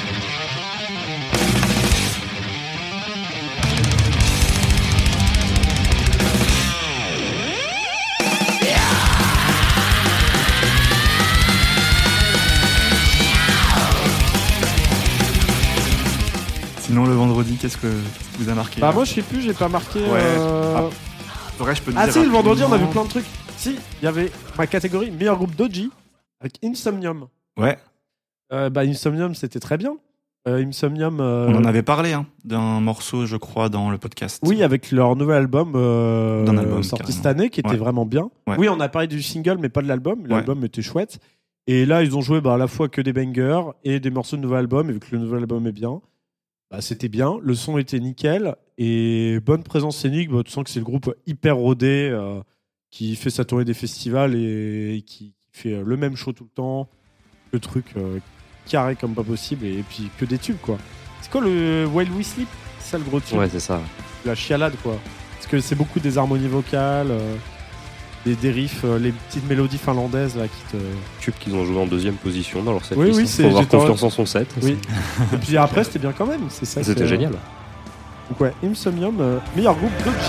Sinon, le vendredi, qu'est-ce que, qu'est-ce qui vous a marqué Bah, moi, je sais plus, j'ai pas marqué. Ouais. euh, Ouais, je peux te Ah dire si, le vendredi, on a vu rapidement. plein de trucs. Si, il y avait ma catégorie meilleur groupe d'O G avec Insomnium. Ouais, Euh, bah, Insomnium, c'était très bien. Euh, Insomnium. euh, on en avait parlé hein, d'un morceau, je crois, dans le podcast. Oui, avec leur nouvel album, euh, D'un album, sorti carrément. cette année, qui était Ouais. vraiment bien. Ouais. Oui, on a parlé du single, mais pas de l'album. Ouais. L'album était chouette. Et là, ils ont joué bah, à la fois que des bangers et des morceaux de nouvel album. Et vu que le nouvel album est bien, bah, c'était bien. Le son était nickel. Et bonne présence scénique. Bah, tu sens que c'est le groupe hyper rodé euh, qui fait sa tournée des festivals et, et qui, qui fait euh, le même show tout le temps. Le truc euh, carré comme pas possible. Et, puis que des tubes, quoi. C'est quoi le While We Sleep? C'est ça le gros tube. Ouais, c'est ça. La chialade, quoi. Parce que c'est beaucoup des harmonies vocales, euh, des, des riffs, euh, les petites mélodies finlandaises là qui te. Tube qu'ils ont joué en deuxième position dans leur set. Oui, oui, Faut c'est- avoir j'étais en- confiance en son set. Oui. Et puis après, c'était bien quand même. C'est ça. C'était c'est- génial. Donc ouais, Insomnium, euh, meilleur groupe de G.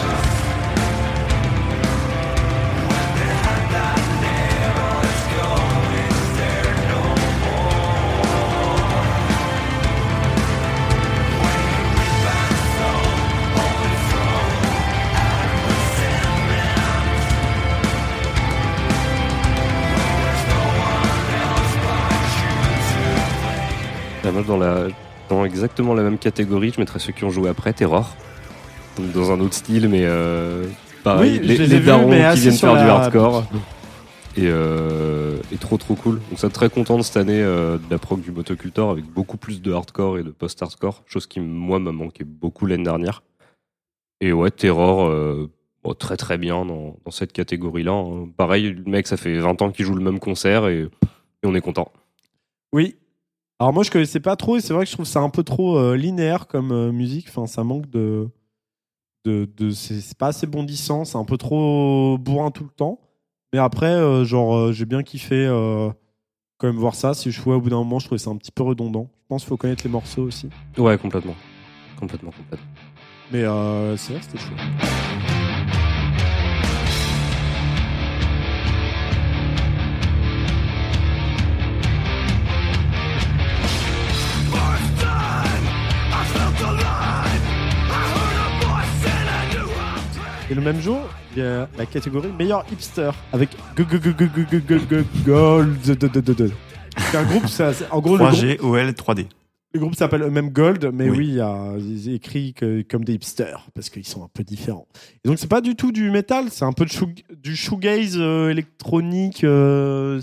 Là, moi, dans, la, dans exactement la même catégorie, je mettrais ceux qui ont joué après, Terror. Donc, dans un autre style, mais euh, pareil, Oui, les, je les ai les vus, darons mais qui assis viennent sur faire du la- hardcore. Et, euh, et trop trop cool. Donc ça très content de cette année euh, de la prog du Motocultor avec beaucoup plus de hardcore et de post-hardcore, chose qui moi m'a manqué beaucoup l'année dernière. Et ouais, Terror, euh, bon, très très bien dans, dans cette catégorie-là. hein. Pareil, le mec, ça fait vingt ans qu'il joue le même concert et, et on est content. Oui. Alors moi, je connaissais pas trop et c'est vrai que je trouve ça un peu trop euh, linéaire comme euh, musique. Enfin, ça manque de, de, de c'est c'est pas assez bondissant. C'est un peu trop bourrin tout le temps. Mais après, euh, genre, euh, j'ai bien kiffé euh, quand même voir ça. Si je jouais au bout d'un moment, je trouvais ça un petit peu redondant. Je pense qu'il faut connaître les morceaux aussi. Ouais, complètement. Complètement, complètement. Mais euh, c'est vrai que c'était chouette. Et le même jour, il y a la catégorie meilleur hipster avec G- G- G- G- G- G- G- Gold. C'est un groupe, c'est, c'est- en gros, le trois groupe, G, O L, trois D. le groupe s'appelle eux-mêmes Gold, mais oui, Oui. il y a ils écrit que, comme des hipsters parce qu'ils sont un peu différents. Et donc c'est pas du tout du métal, c'est un peu de shoe- du shoegaze euh, électronique, euh,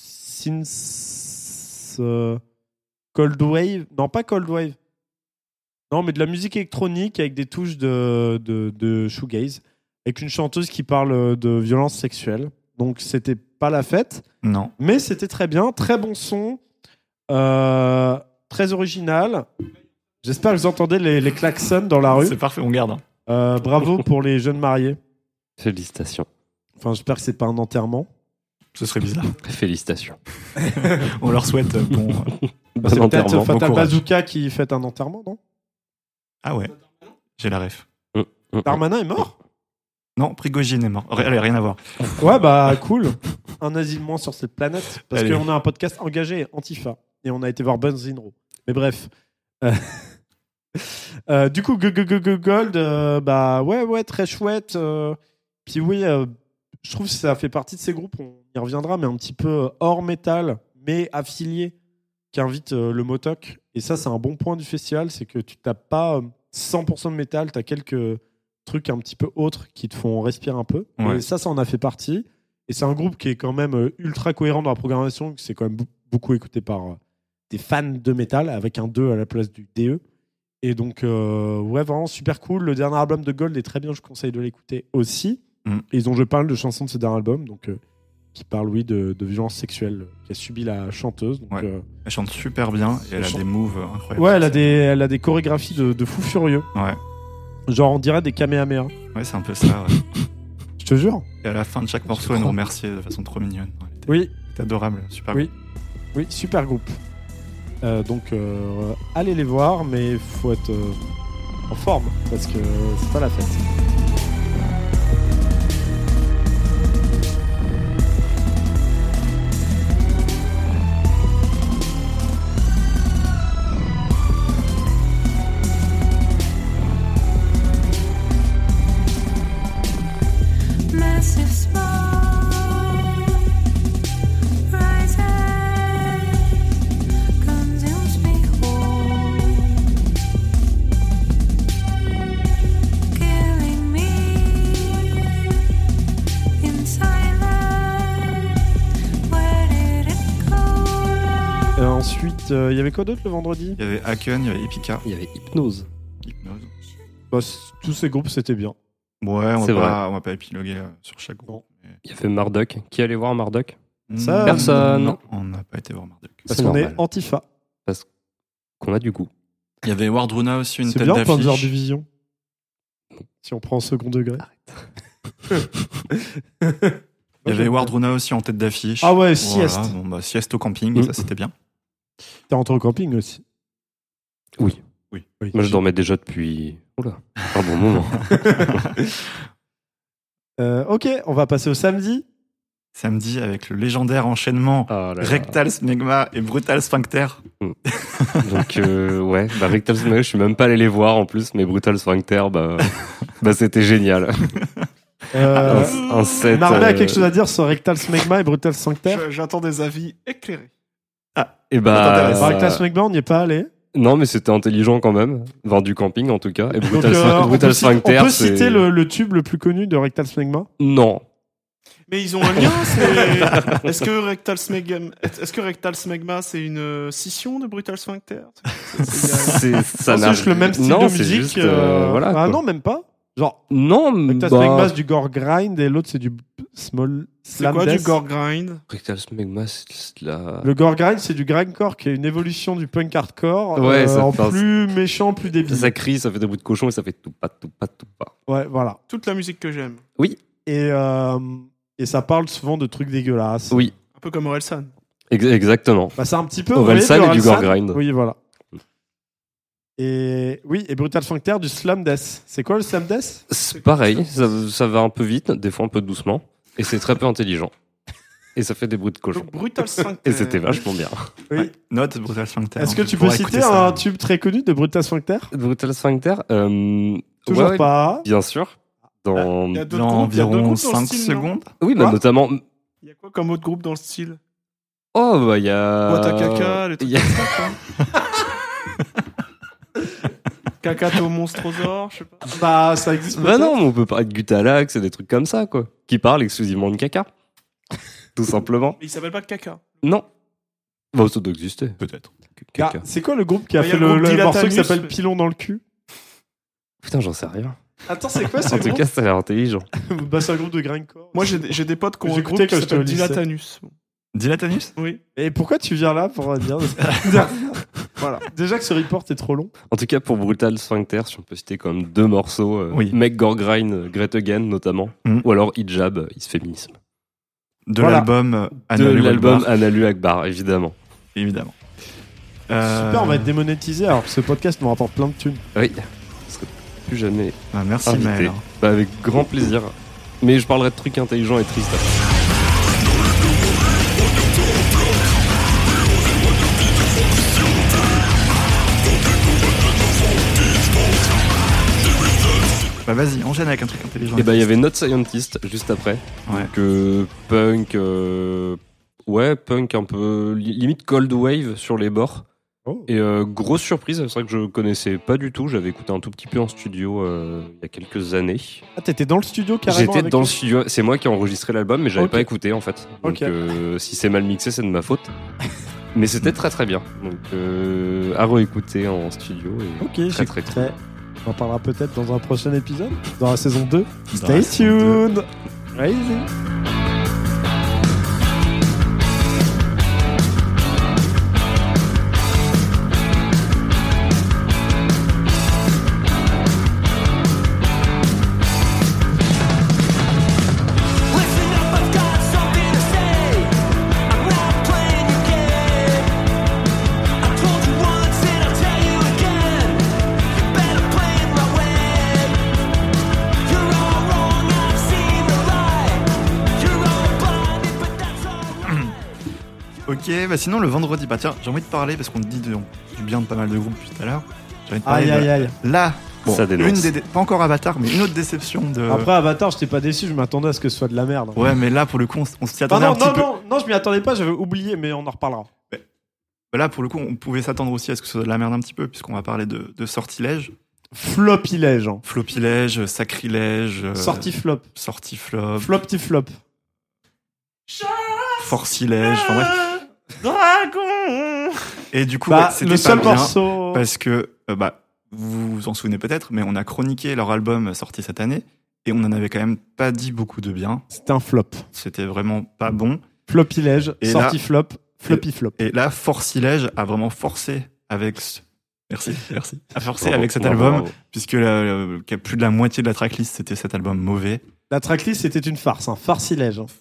synth, euh, cold wave, non pas cold wave, non mais de la musique électronique avec des touches de de, de shoegaze, avec une chanteuse qui parle de violence sexuelle. Donc c'était pas la fête. Non. Mais c'était très bien, très bon son, euh, très original. J'espère que vous entendez les, les klaxons dans la rue. C'est parfait, on garde. hein. Euh, bravo pour les jeunes mariés. Félicitations. Enfin, j'espère que c'est pas un enterrement. Ce serait bizarre. Félicitations. On leur souhaite euh, bon. euh, Bon c'est peut-être enterrement. Fatal bon courage. Bazooka qui fête un enterrement, non? Ah ouais. J'ai la ref. Mm, mm. Darmanin est mort? Non, Prigogine est mort. Allez, rien à voir. Ouais, bah cool. Un asile moins sur cette planète. Parce Allez. qu'on a un podcast engagé Antifa. Et on a été voir Benzinro. Mais bref. Euh, euh, du coup, Go- Go- Go- Go- Gold, euh, bah ouais, ouais, très chouette. euh, Puis oui, euh, je trouve que ça fait partie de ces groupes, on y reviendra, mais un petit peu hors métal, mais affilié, qui invite euh, le motoc. Et ça, c'est un bon point du festival, c'est que tu tapes pas euh, cent pour cent de métal, tu as quelques trucs un petit peu autres qui te font respirer un peu. Ouais. Et ça, ça en a fait partie. Et c'est un groupe qui est quand même euh, ultra cohérent dans la programmation, qui c'est quand même bou- beaucoup écouté par euh, des fans de métal, avec un deux à la place du D E. Et donc, euh, ouais, vraiment super cool. Le dernier album de Gold est très bien, je conseille de l'écouter aussi. Mm. Et ils ont joué pas mal de chansons de ce dernier album, donc, euh, qui parle, oui, de, de violence sexuelle qu'a subi la chanteuse. Donc, Ouais. euh, Elle chante super bien et elle a Elle chante- des moves euh, incroyables. ouais, elle a, des, elle a des chorégraphies de, de fou furieux. Ouais. Genre, on dirait des Kamehameha. Ouais, c'est un peu ça. Ouais. Je te jure. Et à la fin de chaque morceau, elle nous remerciait de façon trop mignonne. Ouais, Oui, c'est adorable, super. Oui. oui, super groupe. Euh, donc, euh, allez les voir, mais il faut être euh, en forme, parce que c'est pas la fête. Massive smoke rising, consumes me whole, killing me in silence. Where did it go? Euh, ensuite, euh, il y avait quoi d'autre le vendredi? Il y avait Haken, il y avait Epica, Il y avait Hypnose. Hypnose. Bah, c- tous ces groupes, c'était bien. Ouais, on C'est va, pas, on va pas épiloguer euh, sur chaque groupe. mais- Il y avait Marduk. Qui allait voir Marduk? Ça, Personne. Non, on n'a pas été voir Marduk. Parce C'est qu'on est normal. Antifa. Qu'on a du goût. Il y avait Wardruna aussi, une C'est tête bien Panzer d'affiche. Division. Si on prend au second degré. Il y avait Wardruna aussi en tête d'affiche. Ah ouais, Voilà, sieste. bon, bah, sieste au camping, Mm. ça c'était bien. T'es rentré au camping aussi. Oui. Oui. Moi, je dormais déjà depuis. Oula. Un bon moment. Euh, ok, on va passer au samedi. Samedi, avec le légendaire enchaînement Ah là là. Rectal Smegma et Brutal Sphincter. Donc, euh, ouais. Bah, Rectal Smegma, je suis même pas allé les voir en plus, mais Brutal Sphincter, bah, bah c'était génial. Euh, Un, un set. Marley a euh, quelque chose à dire sur Rectal Smegma et Brutal Sphincter. Je- J'attends des avis éclairés. Et bah. Bah, Rectal Smegma, on n'y est pas allé. Non, mais c'était intelligent quand même. Vendre du camping en tout cas. Et Donc, Brutal, euh, on Brutal peut, citer, Sphincter, on peut c'est- citer le, le tube le plus connu de Rectal Smegma. Non. Mais ils ont un lien, c'est... Est-ce que Rectal Smegma, est-ce que Rectal Smegma, c'est une euh, scission de Brutal Sphincter? C'est- c'est- C'est, ça C'est n'a- juste le même style non, de c'est musique. juste, euh, euh, voilà, ah quoi. non, même pas. Genre, Non, Rectal bah, Smegma, c'est du gore grind et l'autre, c'est du b- small C'est slam quoi death. du gore grind? Rectal Smegma, c'est la. Le gore grind, c'est du grindcore qui est une évolution du punk hardcore Ouais, euh, ça en fait- plus méchant, plus débile. Ça crie, ça fait des bruits de cochon et ça fait tout pas, tout pas, tout pas. Ouais, voilà. Toute la musique que j'aime. Et, euh, et ça parle souvent de trucs dégueulasses. Oui, Un peu comme Orelsan. ex- exactement. Bah, c'est un petit peu. Orelsan vous voyez, et du Orelsan. gore grind. Oui, voilà. Et oui, et Brutal Sphincter du slam death. C'est quoi le slam death? C'est pareil, ça, ça va un peu vite, des fois un peu doucement, et c'est très peu intelligent. Et ça fait des bruits de cochon. Donc Brutal Sphincter. Et c'était vachement bien. Oui. Ouais, note Brutal Sphincter. Est-ce que On tu peux pourra citer écouter ça. un tube très connu de Brutal Sphincter? Brutal Sphincter, euh, Toujours ouais, pas. bien sûr. Dans... Il y a d'autres Dans groupes, il y a d'autres environ groupes dans le cinq style, non secondes. Oui, bah, Quoi notamment. Il y a quoi comme autre groupe dans le style? Oh, bah, il y a. Boîte à caca, les trucs il y a- comme ça, quoi. Cacato monstrosaure, je sais pas. Bah, ça existe Bah peut-être. non, mais on peut parler de Gutalax et des trucs comme ça, quoi. Qui parlent exclusivement de caca. Tout simplement. Mais il s'appelle pas caca. Non. Bah, ça doit exister. Peut-être. Ah, Caca. c'est quoi le groupe qui a Bah, y a fait le le, groupe le morceau qui Dilatanus, s'appelle mais- Pilon dans le cul? Putain, j'en sais rien. Attends, c'est quoi ce En tout groupe? cas, ça a l'air intelligent. Bah, c'est un groupe de grindcore. Moi, j'ai des- j'ai des potes qui ont un J'écoutais groupe qui quand j'étais au s'appelle lycée. Dilatanus. Dilatanus? Oui. Et pourquoi tu viens là pour dire Voilà. Déjà que ce report est trop long. En tout cas, pour Brutal Sphincter, si on peut citer quand même deux morceaux, euh, Oui. Make Gore Grind, euh, Great Again notamment, Mhm. ou alors Hijab, euh, Is Féminisme. De Voilà. l'album euh, De Analu l'album Akbar, Analu Akbar, évidemment. évidemment. Euh, Super, on va être démonétisé alors que ce podcast nous rapporte plein de thunes. Oui, ce serait plus jamais ah, merci invité. Maël. Bah, avec grand plaisir. Mais je parlerai de trucs intelligents et tristes après. Bah vas-y, enchaîne avec un truc intelligent. Et bah, il y avait Not Scientist juste après. Ouais. Donc, euh, punk, euh, ouais, punk un peu li- limite cold wave sur les bords. Oh. Et euh, grosse surprise, c'est vrai que je connaissais pas du tout. J'avais écouté un tout petit peu en studio euh, il y a quelques années. Ah, t'étais dans le studio carrément? J'étais avec dans eux le studio. C'est moi qui ai enregistré l'album, mais j'avais Ok. pas écouté en fait. Donc Ok. euh, si c'est mal mixé, c'est de ma faute. Mais c'était très très bien. Donc euh, à réécouter en studio. Et Ok, très très j'écouterai. On en parlera peut-être dans un prochain épisode, dans la saison deux. Dans Stay la saison deux. tuned. Crazy. Listen up, I've got something to say. I'm not playing your game. I told you once and I'll tell you again. You better play it my way. You're all wrong, I've seen the light. You're all blinded, but that's all. Ok, bah sinon le vendredi, bah tiens, j'ai envie de parler parce qu'on dit de- du bien de pas mal de groupes depuis tout à l'heure. J'ai envie de parler Aïe, aïe, de aïe. là, bon, Ça dénonce. une des, dé- pas encore Avatar, mais une autre déception de. Après Avatar, j'étais pas déçu, je m'attendais à ce que ce soit de la merde. Ouais, mais là pour le coup, on, s- on s'y Ah attendait non, un petit non, peu. non, non, je m'y attendais pas, j'avais oublié, mais on en reparlera. Bah là pour le coup, on pouvait s'attendre aussi à ce que ce soit de la merde un petit peu, puisqu'on va parler de, de sortilège, Flopilège. Hein. flopilège, sacrilège, euh, Sorti flop. sortiflop, Flop petit flop. forcilège, enfin bref. Dragon. Et du coup, Bah, ouais, c'était le pas seul bien morceau. parce que euh, bah vous vous en souvenez peut-être, mais on a chroniqué leur album sorti cette année et on en avait quand même pas dit beaucoup de bien. C'était un flop. C'était vraiment pas bon. Flopilège, Et sorti là- flop, floppy flop. Et là, Forcilège a vraiment forcé avec. ce- Merci, merci. A forcé Bravo, avec cet bravo, album, bravo. puisque euh, qu'il y a plus de la moitié de la tracklist, c'était cet album mauvais. La tracklist, c'était une farce, un farcilège. hein.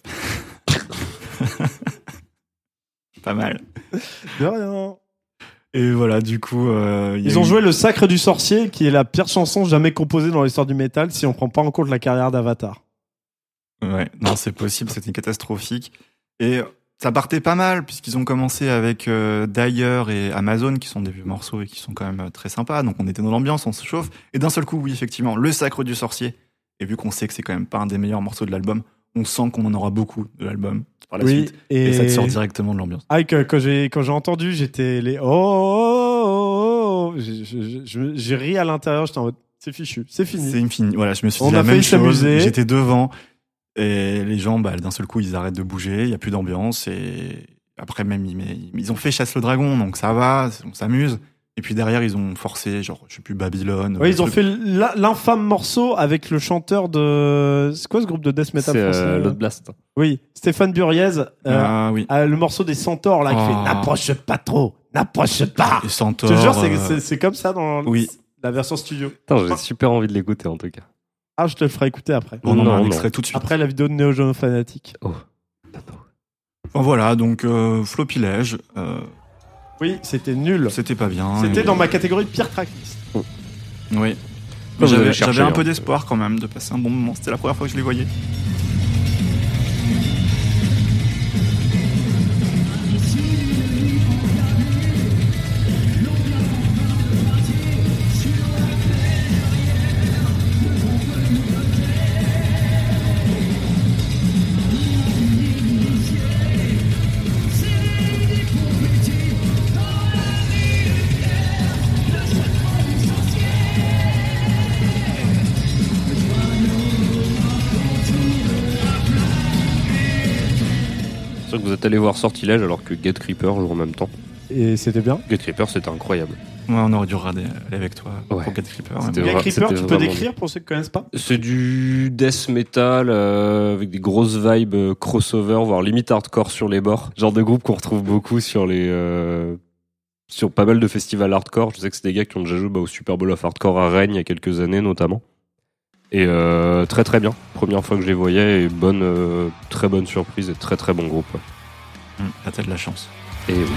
Pas mal. De rien. Et voilà, du coup. euh, il y a Ils ont eu- joué Le Sacre du Sorcier, qui est la pire chanson jamais composée dans l'histoire du métal, si on prend pas en compte la carrière d'Avatar. Ouais, non, c'est possible, c'était catastrophique. Et ça partait pas mal, puisqu'ils ont commencé avec euh, Dyer et Amazon, qui sont des vieux morceaux et qui sont quand même euh, très sympas. Donc on était dans l'ambiance, on se chauffe. Et d'un seul coup, oui, effectivement, Le Sacre du Sorcier. Et vu qu'on sait que c'est quand même pas un des meilleurs morceaux de l'album, on sent qu'on en aura beaucoup de l'album par la Oui, suite. et, Et ça te sort directement de l'ambiance. Ah, que- quand j'ai quand j'ai entendu, j'étais les oh, oh, oh, oh. J'ai- j'ai- j'ai j'ai ri à l'intérieur, j'étais en mode c'est fichu, c'est fini. C'est infini. Voilà, je me suis On dit a la failli même chose. s'amuser. J'étais devant et les gens, bah, d'un seul coup, ils arrêtent de bouger. Il y a plus d'ambiance et après même ils, mais, ils ont fait Chasse le Dragon, donc ça va, on s'amuse. Et puis derrière, ils ont forcé, genre, je sais plus, Babylone. Ouais, ils ont truc. fait l'in- l'infâme morceau avec le chanteur de c'est quoi ce groupe de death metal C'est français euh, là Load Blast. Oui, Stéphane Buriez. euh, Ah oui. ah, le morceau des centaures là qui Oh. fait n'approche pas trop, n'approche pas. Et Je Centaure. te jure, c'est- euh, c'est c'est comme ça dans Oui. la version studio. Putain, j'ai super envie de l'écouter en tout cas. Ah, je te le ferai écouter après. On en a Non, un non. extrait tout de suite. Après la vidéo de Neo Geo Fanatic. Enfin, voilà, donc euh, Flopilège, euh, Oui, c'était nul. c'était pas bien. C'était Et- dans ma catégorie de pire tracklist. Oui. vous Mais avez J'avais cherché, j'avais un hein. peu d'espoir quand même de passer un bon moment. C'était la première fois que je les voyais. Vous êtes allé voir Sortilège alors que Get Creeper joue en même temps. Et c'était bien. Get Creeper, c'était incroyable. Ouais, on aurait dû regarder aller avec toi Ouais. pour Get Creeper. C'était mais- Gag vra- Creeper, c'était tu peux vraiment décrire pour ceux qui connaissent pas? C'est du death metal euh, avec des grosses vibes euh, crossover, voire limite hardcore sur les bords. Genre de groupe qu'on retrouve beaucoup sur les euh, sur pas mal de festivals hardcore. Je sais que c'est des gars qui ont déjà joué bah, au Super Bowl of Hardcore à Rennes il y a quelques années notamment. Et euh, très très bien. Première fois que je les voyais et bonne, euh, très bonne surprise et très très bon groupe. ouais. Hum, Là, t'as de la chance. Et oui.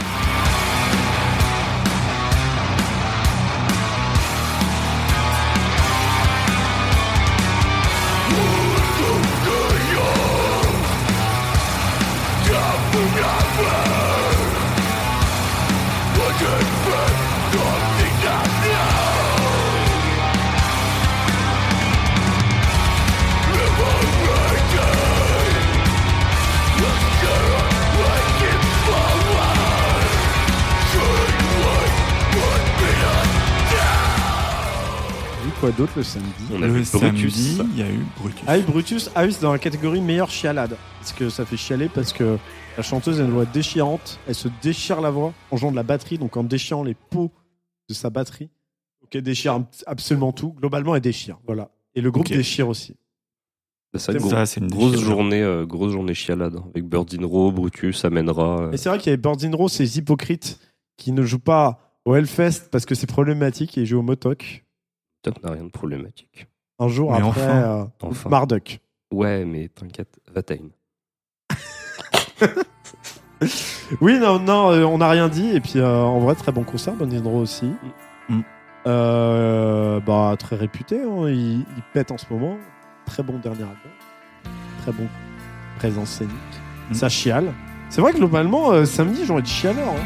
Vu quoi d'autre le samedi? On a Le vu Brutus. samedi, il y a eu Brutus. Ah oui, Brutus, ah oui, c'est dans la catégorie meilleure chialade. Parce que ça fait chialer parce que la chanteuse a une voix déchirante. Elle se déchire la voix en jouant de la batterie, donc en déchirant les pots de sa batterie. Donc elle déchire absolument tout. Globalement, elle déchire. Voilà. Et le groupe Ok. déchire aussi. C'est C'est gros- Ça, c'est une grosse déchirure. journée, euh, grosse journée chialade hein, avec Birds in Row, Brutus, Amènera. Et c'est vrai qu'il y avait Birds in Row, ces hypocrites qui ne jouent pas au Hellfest parce que c'est problématique et ils jouent au Motok. Peut-être n'a rien de problématique. Un jour Mais après enfin. euh, Enfin. Marduk. Ouais, mais t'inquiète, Vatain. Oui, non, non, euh, on n'a rien dit. Et puis, euh, en vrai, très bon concert. Birds in Row aussi. Mm. Euh, bah, très réputé. Hein. Il, il pète en ce moment. Très bon dernier album. Très bon présence scénique. Mm. Ça chiale. C'est vrai que globalement, euh, samedi, j'ai envie de chialeur. Hein.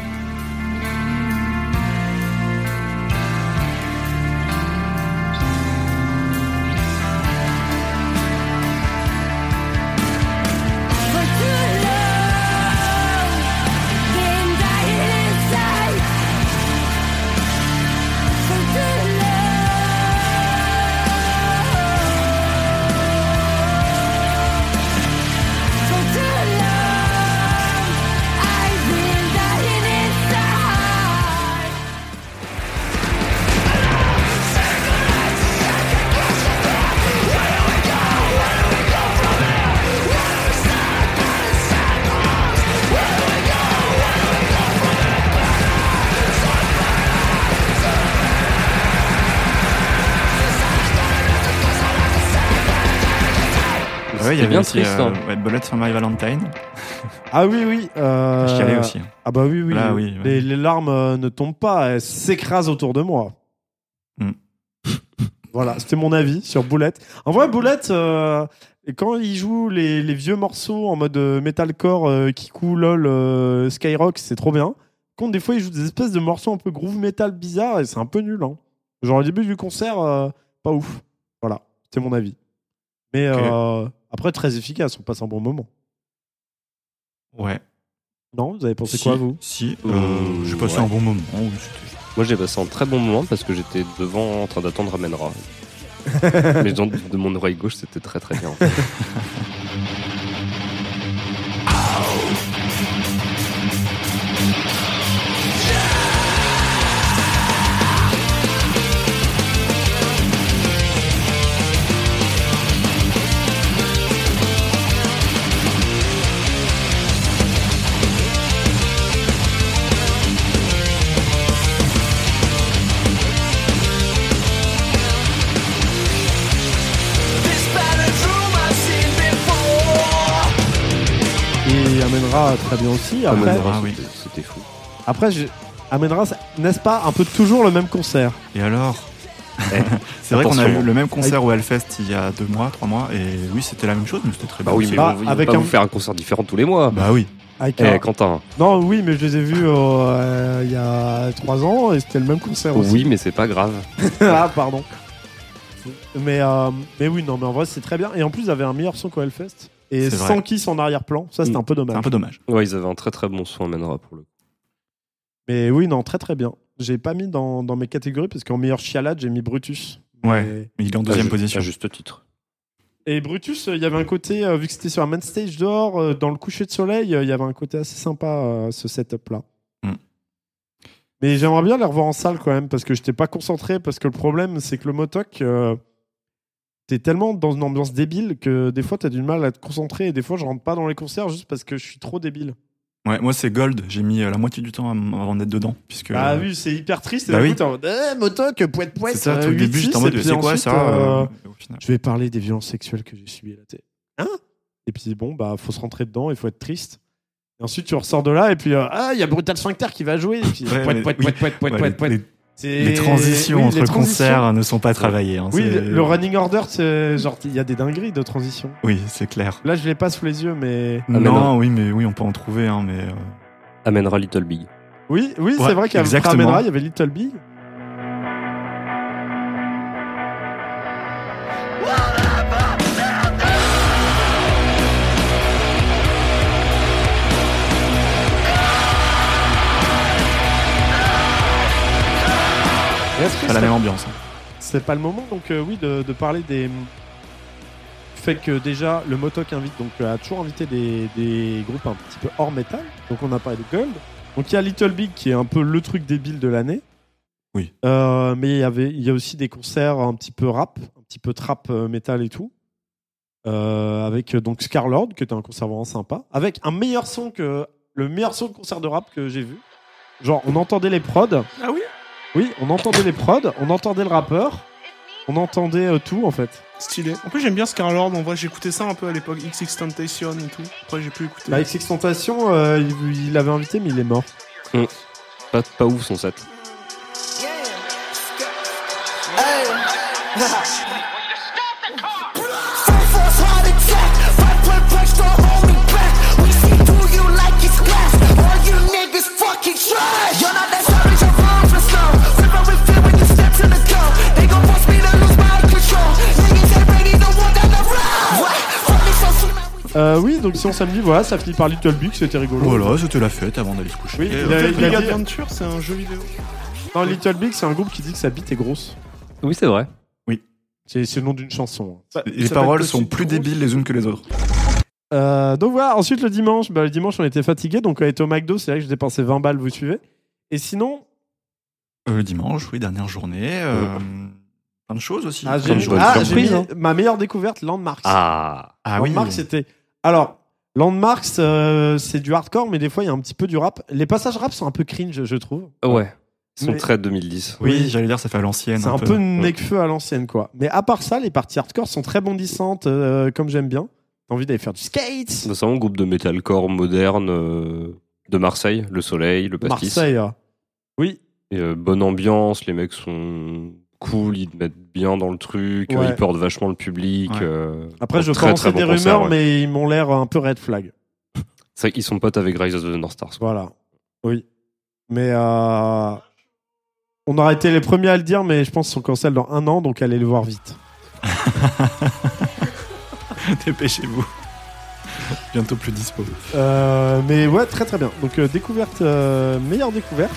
Ouais, il y C'est avait bien aussi triste. euh, hein. ouais, Bullet for My Valentine. Ah oui, oui. Euh... Je chialais aussi. Ah bah oui, oui. Là, oui, ouais. Les, les larmes euh, ne tombent pas, elles s'écrasent autour de moi. Mm. Voilà, c'était mon avis sur Boulette. En vrai, Boulette, euh, quand il joue les, les vieux morceaux en mode euh, metalcore, euh, Kiku, LOL, euh, Skyrock, c'est trop bien. Contre, des fois, il joue des espèces de morceaux un peu groove metal bizarres et c'est un peu nul. Hein. Genre, au début du concert, euh, pas ouf. Voilà, c'était mon avis. Mais Ok. euh, après, très efficace, on passe un bon moment. Ouais. Non, vous avez pensé Si, quoi, vous? Si. Euh, Euh, J'ai passé ouais. un bon moment. Oui, c'était- Moi, j'ai passé un très bon moment parce que j'étais devant en train d'attendre Amènera. Mais dans- de mon oreille gauche, c'était très très bien. Et amènera très bien aussi. Après, Amènera, Ah oui. c'était- c'était fou. après je- amènera, ça- n'est-ce pas, un peu toujours le même concert? Et alors C'est vrai qu'on a Attention. eu le même concert au Hellfest il y a deux mois, trois mois, et oui, c'était la même chose, mais c'était très Bah bien oui, aussi. mais Bah, on, ils vont avec pas un- vous faire un concert différent tous les mois. Bah oui. Avec Eh, un- Quentin. Non, oui, mais je les ai vus euh, il y a trois ans et c'était le même concert aussi. Oui, mais c'est pas grave. Ah, pardon. Mais, euh, mais oui, non, mais en vrai, c'est très bien. Et en plus, ils avaient un meilleur son qu'au Hellfest. Et C'est sans vrai. Kiss en arrière-plan. Ça, c'était Mm. un peu C'est dommage. un peu dommage. Ouais, ils avaient un très très bon son Amènera pour le coup. Mais oui, non, très très bien. J'ai pas mis dans, dans mes catégories parce qu'en meilleur chialade, j'ai mis Brutus. Ouais. Mais- Mais il est en À deuxième ju- position. À juste titre. Et Brutus, il y avait un côté, euh, vu que c'était sur un main stage dehors, euh, dans le coucher de soleil, euh, il y avait un côté assez sympa, euh, ce setup-là. Mm. Mais j'aimerais bien les revoir en salle quand même, parce que je n'étais pas concentré, parce que le problème, c'est que le Motok, euh, t'es tellement dans une ambiance débile que des fois, t'as du mal à te concentrer, et des fois, je rentre pas dans les concerts juste parce que je suis trop débile. Ouais, moi c'est Gold, j'ai mis euh, la moitié du temps à m- avant d'être dedans. Puisque, Bah euh, oui, c'est hyper triste, et bah du oui. coup, t'es en mode, eh, Motok, poète, poète, c'est ça, euh, au début huit, j'étais en six, mode et puis c'est quoi ensuite, ça euh, euh, au final. Je vais parler des violences sexuelles que j'ai subies à la télé. Hein? Et puis bon, bah, faut se rentrer dedans, il faut être triste. Et ensuite, tu ressors de là, et puis, euh, ah, il y a Brutal Sphincter qui va jouer, et puis, Ouais, poète, mais- poète, oui. poète, poète, poète, Ouais, poète, les- poète. les, C'est- les transitions oui, entre les transitions. concerts ne sont pas travaillées. hein, Oui, c'est- le, le running order, c'est genre, il y a des dingueries de transition. Oui, c'est clair. Là, je l'ai pas sous les yeux, mais. mais non, non. oui, mais oui, on peut en trouver, hein, mais. euh, Amènera Little Big. Oui, oui, Ouais, c'est vrai qu'à exactement. Pramenra, il y avait Little Big. Et est-ce que pas la c'est- même ambiance. hein. C'est pas le moment, donc euh, oui, de, de parler des. Du fait que déjà, le Motok invite, donc euh, a toujours invité des, des groupes un petit peu hors métal. Donc on a parlé de Gold. Donc il y a Little Big qui est un peu le truc débile de l'année. Oui. Euh, mais il y avait, il y a aussi des concerts un petit peu rap, un petit peu trap euh, métal et tout. Euh, avec euh, donc Scarlord, qui était un concert vraiment sympa. Avec un meilleur son que. Le meilleur son de concert de rap que j'ai vu. Genre, on entendait les prods. Ah oui? Oui, on entendait les prods, on entendait le rappeur, on entendait euh, tout en fait. Stylé. En plus, j'aime bien Scarlord. En vrai, j'écoutais ça un peu à l'époque. X X Tentation et tout. Après, j'ai plus écouté. Bah, X-Tentation, euh, il, il l'avait invité, mais il est mort. Pas, pas ouf son set. Euh, oui, donc si on samedi, voilà, ça finit par Little Big, c'était rigolo. Voilà, c'était la fête avant d'aller se coucher. Oui, Euh, il a- Little il a Big dit- Adventure, c'est un jeu vidéo. Non, Little Big, c'est un groupe qui dit que sa bite est grosse. Oui, c'est vrai. C'est c'est le nom d'une chanson. Ça- Les ça paroles s'appelle sont Petit plus Gros. débiles les unes que les autres. Euh, donc voilà, ensuite le dimanche, bah, le dimanche on était fatigué, donc on était au McDo, c'est là que j'ai dépensé vingt balles, vous suivez. Et sinon, Euh, le dimanche, oui, dernière journée. euh, Plein de choses aussi. ah, j'ai Comme mis, je vois ah, une j'ai surprise, mis hein. ma meilleure découverte, Landmarks. Ah. Ah oui. Landmarks, c'était. Alors, Landmarks, euh, c'est du hardcore, mais des fois il y a un petit peu du rap. Les passages rap sont un peu cringe, je trouve. Ouais. Ils sont Mais- très deux mille dix. Oui, Oui. j'allais dire, ça fait à l'ancienne. C'est un peu Necfeu à l'ancienne, quoi. Mais à part ça, les parties hardcore sont très bondissantes, euh, comme j'aime bien. T'as envie d'aller faire du skate. C'est vraiment un groupe de metalcore moderne euh, de Marseille, le soleil, le pastis. Marseille. euh. Oui. Et, euh, bonne ambiance, les mecs sont cool, ils te mettent bien dans le truc, Ouais. euh, ils portent vachement le public. Ouais. euh, Après, je très, peux très lancer des bon concert, rumeurs, ouais. mais ils m'ont l'air un peu red flag. C'est vrai qu'ils sont potes avec Rise of the North Stars. quoi. Voilà. Oui. Mais euh, on aurait été les premiers à le dire, mais je pense qu'ils sont cancel dans un an, donc allez le voir vite. Dépêchez-vous. Bientôt plus dispo. Euh, mais ouais, très très bien. Donc euh, découverte, euh, meilleure découverte.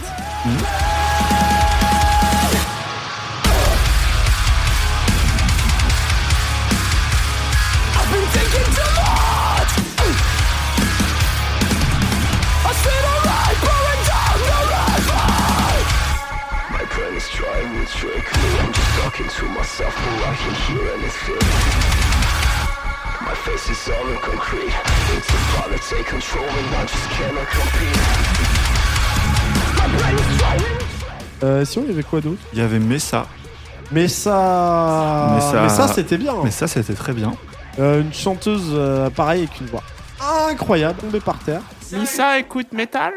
My brain is trying to trick me. I'm just talking to myself, but I can hear anything. My face is all in concrete. It's about to take control and I just cannot compete. My brain is trying. Euh, sinon, il y avait quoi d'autre? Il y avait Messa. Mais ça, Mais ça- mais ça, c'était bien. Mais ça, c'était très bien. Euh, une chanteuse, euh, pareil, avec une voix incroyable, tombée par terre. Lisa écoute métal.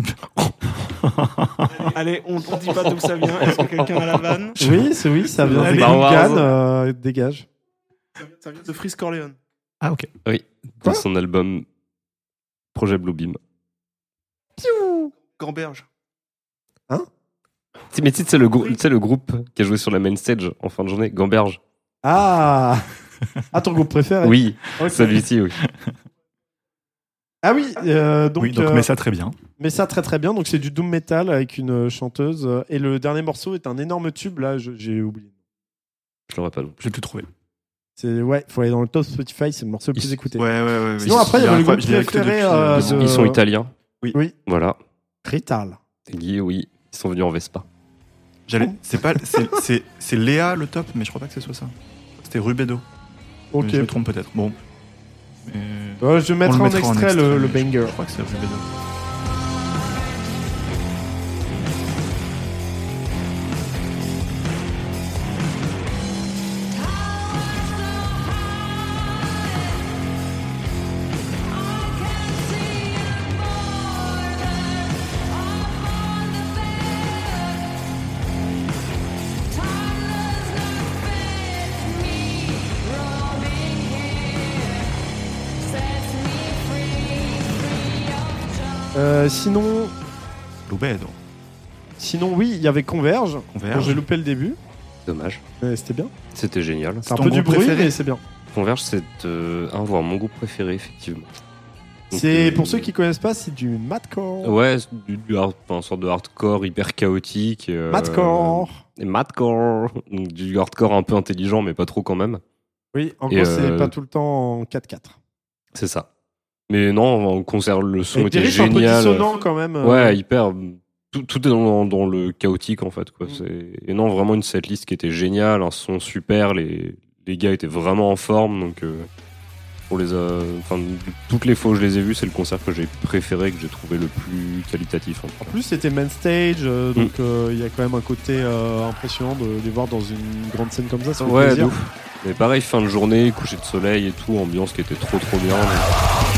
Allez, on, on dit pas d'où ça vient. Est-ce que quelqu'un a la vanne? Oui, c'est oui, ça vient Allez, des Star Wars. Gungan, euh, dégage. Ça vient- Ça vient de Freeze Corleone. Ah, ok. Oui, Quoi dans son album Projet Bluebeam. Gamberge. Tu sais, Mais tu sais, c'est le, grou- tu sais, le groupe qui a joué sur la main stage en fin de journée, Gamberge. Ah, ah, ton groupe préféré? Oui, Ok. celui-ci, oui. Ah oui, euh, donc, oui, donc euh, Messa très bien. mais ça très très bien. Donc c'est du doom metal avec une euh, chanteuse. euh, Et le dernier morceau est un énorme tube. Là, je- j'ai oublié. Je l'aurais pas non. Je l'ai plus trouvé. C'est, ouais, faut aller dans le top Spotify, c'est le morceau le plus Ils- écouté. Ouais, ouais, ouais. Sinon, après, il y avait le groupe je l'ai écouté préféré, depuis, euh, deux ans. de- Ils sont italiens. Oui. Oui. Voilà. Rital. Et oui, ils sont venus en Vespa. J'allais- C'est pas, c'est, c'est, c'est Léa le top, mais je crois pas que ce soit ça. C'était Rubedo. Ok. Mais je me trompe peut-être. Bon. Mais Ouais, je on mettrai le en mettra extrait, le, le mais je- banger. Je crois que c'est Rubedo. Euh, sinon, Rubedo. sinon, oui, il y avait Converge. Converge. dont j'ai loupé le début. Dommage. Mais c'était bien. C'était génial. C'est un ton peu du groupe bruit, préféré mais c'est bien. Converge, c'est euh, un voire mon groupe préféré, effectivement. Donc, C'est, euh, pour ceux qui connaissent pas, c'est du madcore. Ouais, c'est du, du hard- enfin, une sorte de hardcore hyper chaotique. euh, Madcore. et madcore. Donc, du hardcore un peu intelligent, mais pas trop quand même. Oui, en Et, gros, c'est euh, pas tout le temps en quatre quatre. C'est ça. Mais non, en concert, le son Avec des était riffs un peu génial. dissonants quand même. euh, Ouais, hyper. Tout, tout est dans, dans le chaotique en fait. Quoi. Mm. C'est... Et non, vraiment une setlist qui était géniale, un son super, les, les gars étaient vraiment en forme. Donc, euh, pour les, euh, enfin, toutes les fois où je les ai vus, c'est le concert que j'ai préféré, que j'ai trouvé le plus qualitatif. En En fait. plus, c'était main stage, euh, donc Mm. euh, il y a quand même un côté euh, impressionnant de les voir dans une grande scène comme ça. Ça fait Ouais, plaisir. de ouf. Mais pareil, fin de journée, coucher de soleil et tout, ambiance qui était trop trop bien. donc-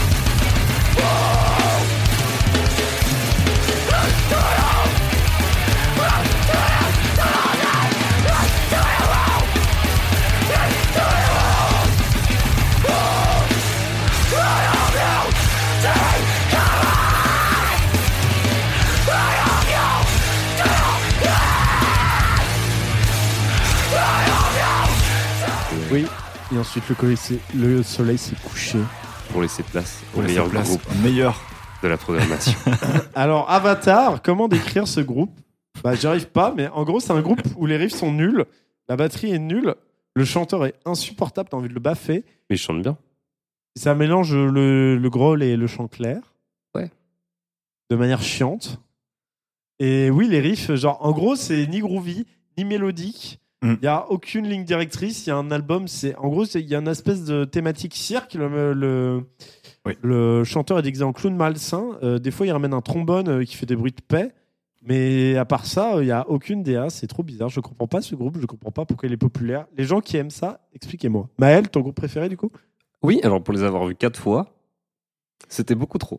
Oui. Et ensuite, le, soleil s'est- le soleil s'est couché. Pour laisser place au Pour laisser meilleur place groupe au meilleur. de la programmation. Alors, Avatar, comment décrire ce groupe? Bah, j'y arrive pas, mais en gros, c'est un groupe où les riffs sont nuls, la batterie est nulle, le chanteur est insupportable, t'as envie de le baffer. Mais ils chantent bien. Ça mélange le, le growl et le chant clair. Ouais. De manière chiante. Et oui, les riffs, genre, en gros, c'est ni groovy, ni mélodique. Il Mm. n'y a aucune ligne directrice. Il y a un album, c'est en gros, c'est- il y a une espèce de thématique cirque. Le, le, Oui. le chanteur est déguisé en clown malsain. Euh, des fois, il ramène un trombone euh, qui fait des bruits de paix. Mais à part ça, il n'y a aucune D A. C'est trop bizarre. Je comprends pas ce groupe. Je comprends pas pourquoi il est populaire. Les gens qui aiment ça, expliquez-moi. Maël, ton groupe préféré du coup? Oui, alors pour les avoir vus quatre fois, c'était beaucoup trop.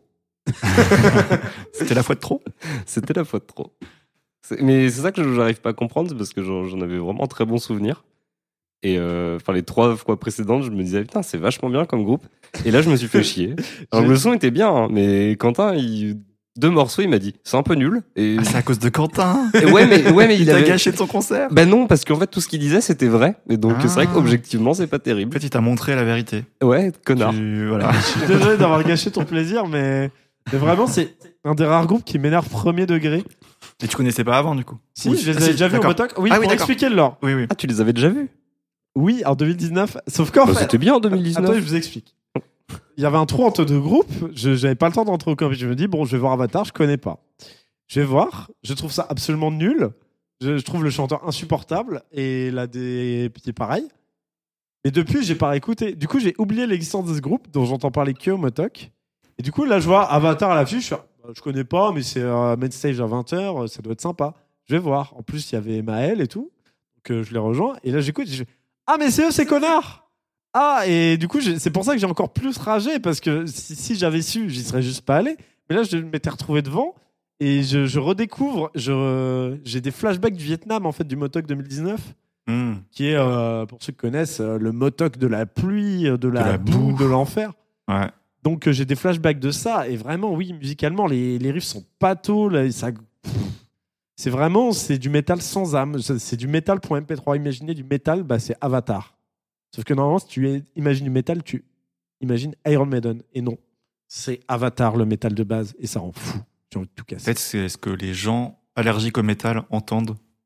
C'était la fois de trop. C'était la fois de trop. C'est- Mais c'est ça que je- j'arrive pas à comprendre, c'est parce que j'en j'en avais vraiment très bons souvenirs. Et euh, enfin, les trois fois précédentes, je me disais, putain, c'est vachement bien comme groupe. Et là, je me suis fait chier. Alors, J'ai- le son était bien, hein, mais Quentin, il... deux morceaux, il m'a dit, c'est un peu nul. Et... Ah, c'est à cause de Quentin. Et ouais, mais, ouais, mais il il t'a avait... gâché ton concert. Bah non, parce qu'en fait, tout ce qu'il disait, c'était vrai. Et donc, Ah. c'est vrai qu'objectivement, c'est pas En terrible. fait, il t'a montré la vérité. Ouais, connard. Tu- Voilà. Je suis désolé d'avoir gâché ton plaisir, mais, mais vraiment, c'est un des rares groupes qui m'énerve premier degré. Et tu connaissais pas avant, du coup. Si, Oui. je les Ah, avais si, déjà vus au d'accord. Motoc. Oui, Ah oui, pour d'accord. expliquer le lore. Oui, oui. Ah, tu les avais déjà vus? Oui, en deux mille dix-neuf. Sauf qu'en Bah, fait, C'était bien en deux mille dix-neuf. attendez, je vous explique. Il y avait un trou entre deux groupes. Je j'avais pas le temps d'entrer au camp. Je me dis, bon, je vais voir Avatar, je connais pas. Je vais voir. Je trouve ça absolument nul. Je, je trouve le chanteur insupportable et la des petits pareil. Mais depuis, j'ai pas réécouté. Du coup, j'ai oublié l'existence de ce groupe dont j'entends parler que au Motoc. Et du coup, là, je vois Avatar à l'affiche. Je, fais, bah, je connais pas, mais c'est euh, main stage à vingt heures. Ça doit être sympa. Je vais voir. En plus, il y avait Maël et tout. Donc, euh, je les rejoins. Et là, j'écoute. Je fais, ah, mais c'est eux, ces connards! Ah, et du coup, j'ai- c'est pour ça que j'ai encore plus ragé. Parce que si, si j'avais su, j'y serais juste pas allé. Mais là, je m'étais retrouvé devant. Et je, je redécouvre. Je, j'ai des flashbacks du Vietnam, en fait, du Motoc deux mille dix-neuf. Hmm. Qui est, euh, pour ceux qui connaissent, euh, le Motoc de la pluie, euh, de la, la boue, boue. de l'enfer. Ouais. Donc euh, j'ai des flashbacks de ça et vraiment oui musicalement les, les riffs sont pato là, ça pff, c'est vraiment c'est du métal sans âme, c'est c'est du métal pour M P trois. Imaginez du métal, bah c'est Avatar. Sauf que normalement si tu es- imagines du métal, tu imagines Iron Maiden et non, c'est Avatar le métal de base et ça rend fou. J'ai envie de tout En casser. fait, c'est ce que les gens allergiques au métal entendent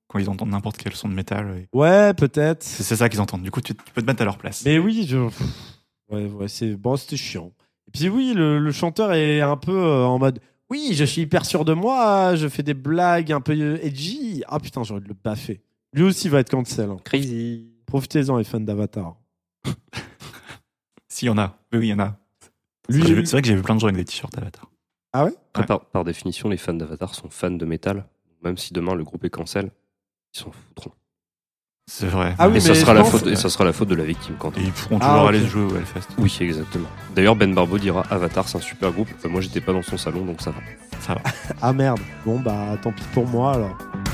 quand ils entendent n'importe quel son de métal. et Ouais, peut-être. C'est c'est ça qu'ils entendent. Du coup, tu, tu peux te mettre à leur place. Mais oui, je... ouais, ouais, c'est bon, c'était chiant. Et puis oui, le, le chanteur est un peu euh, en mode oui, je suis hyper sûr de moi, je fais des blagues un peu edgy. Ah putain, j'ai envie de le baffer. Lui aussi va être cancel. Hein. Crazy. Profitez-en, les fans d'Avatar. Si, il y en a. Oui, oui, il y en a. Lui, C'est j'ai vrai, vu- c'est vrai que j'ai vu plein de gens avec des t-shirts Avatar. Ah ouais Après, Ouais. par, par définition, les fans d'Avatar sont fans de métal. Même si demain le groupe est cancel, ils s'en foutront. C'est vrai. Ah oui, et, mais ça je sera la pense- faute, et ça sera la faute de la victime quand Et ils pourront Ah, toujours ok. aller jouer au Hellfest. Oui, exactement. D'ailleurs, Ben Barbeau dira Avatar, c'est un super groupe. Enfin, moi, j'étais pas dans son salon, donc ça va. Ça va. Ah merde. Bon bah tant pis pour moi alors.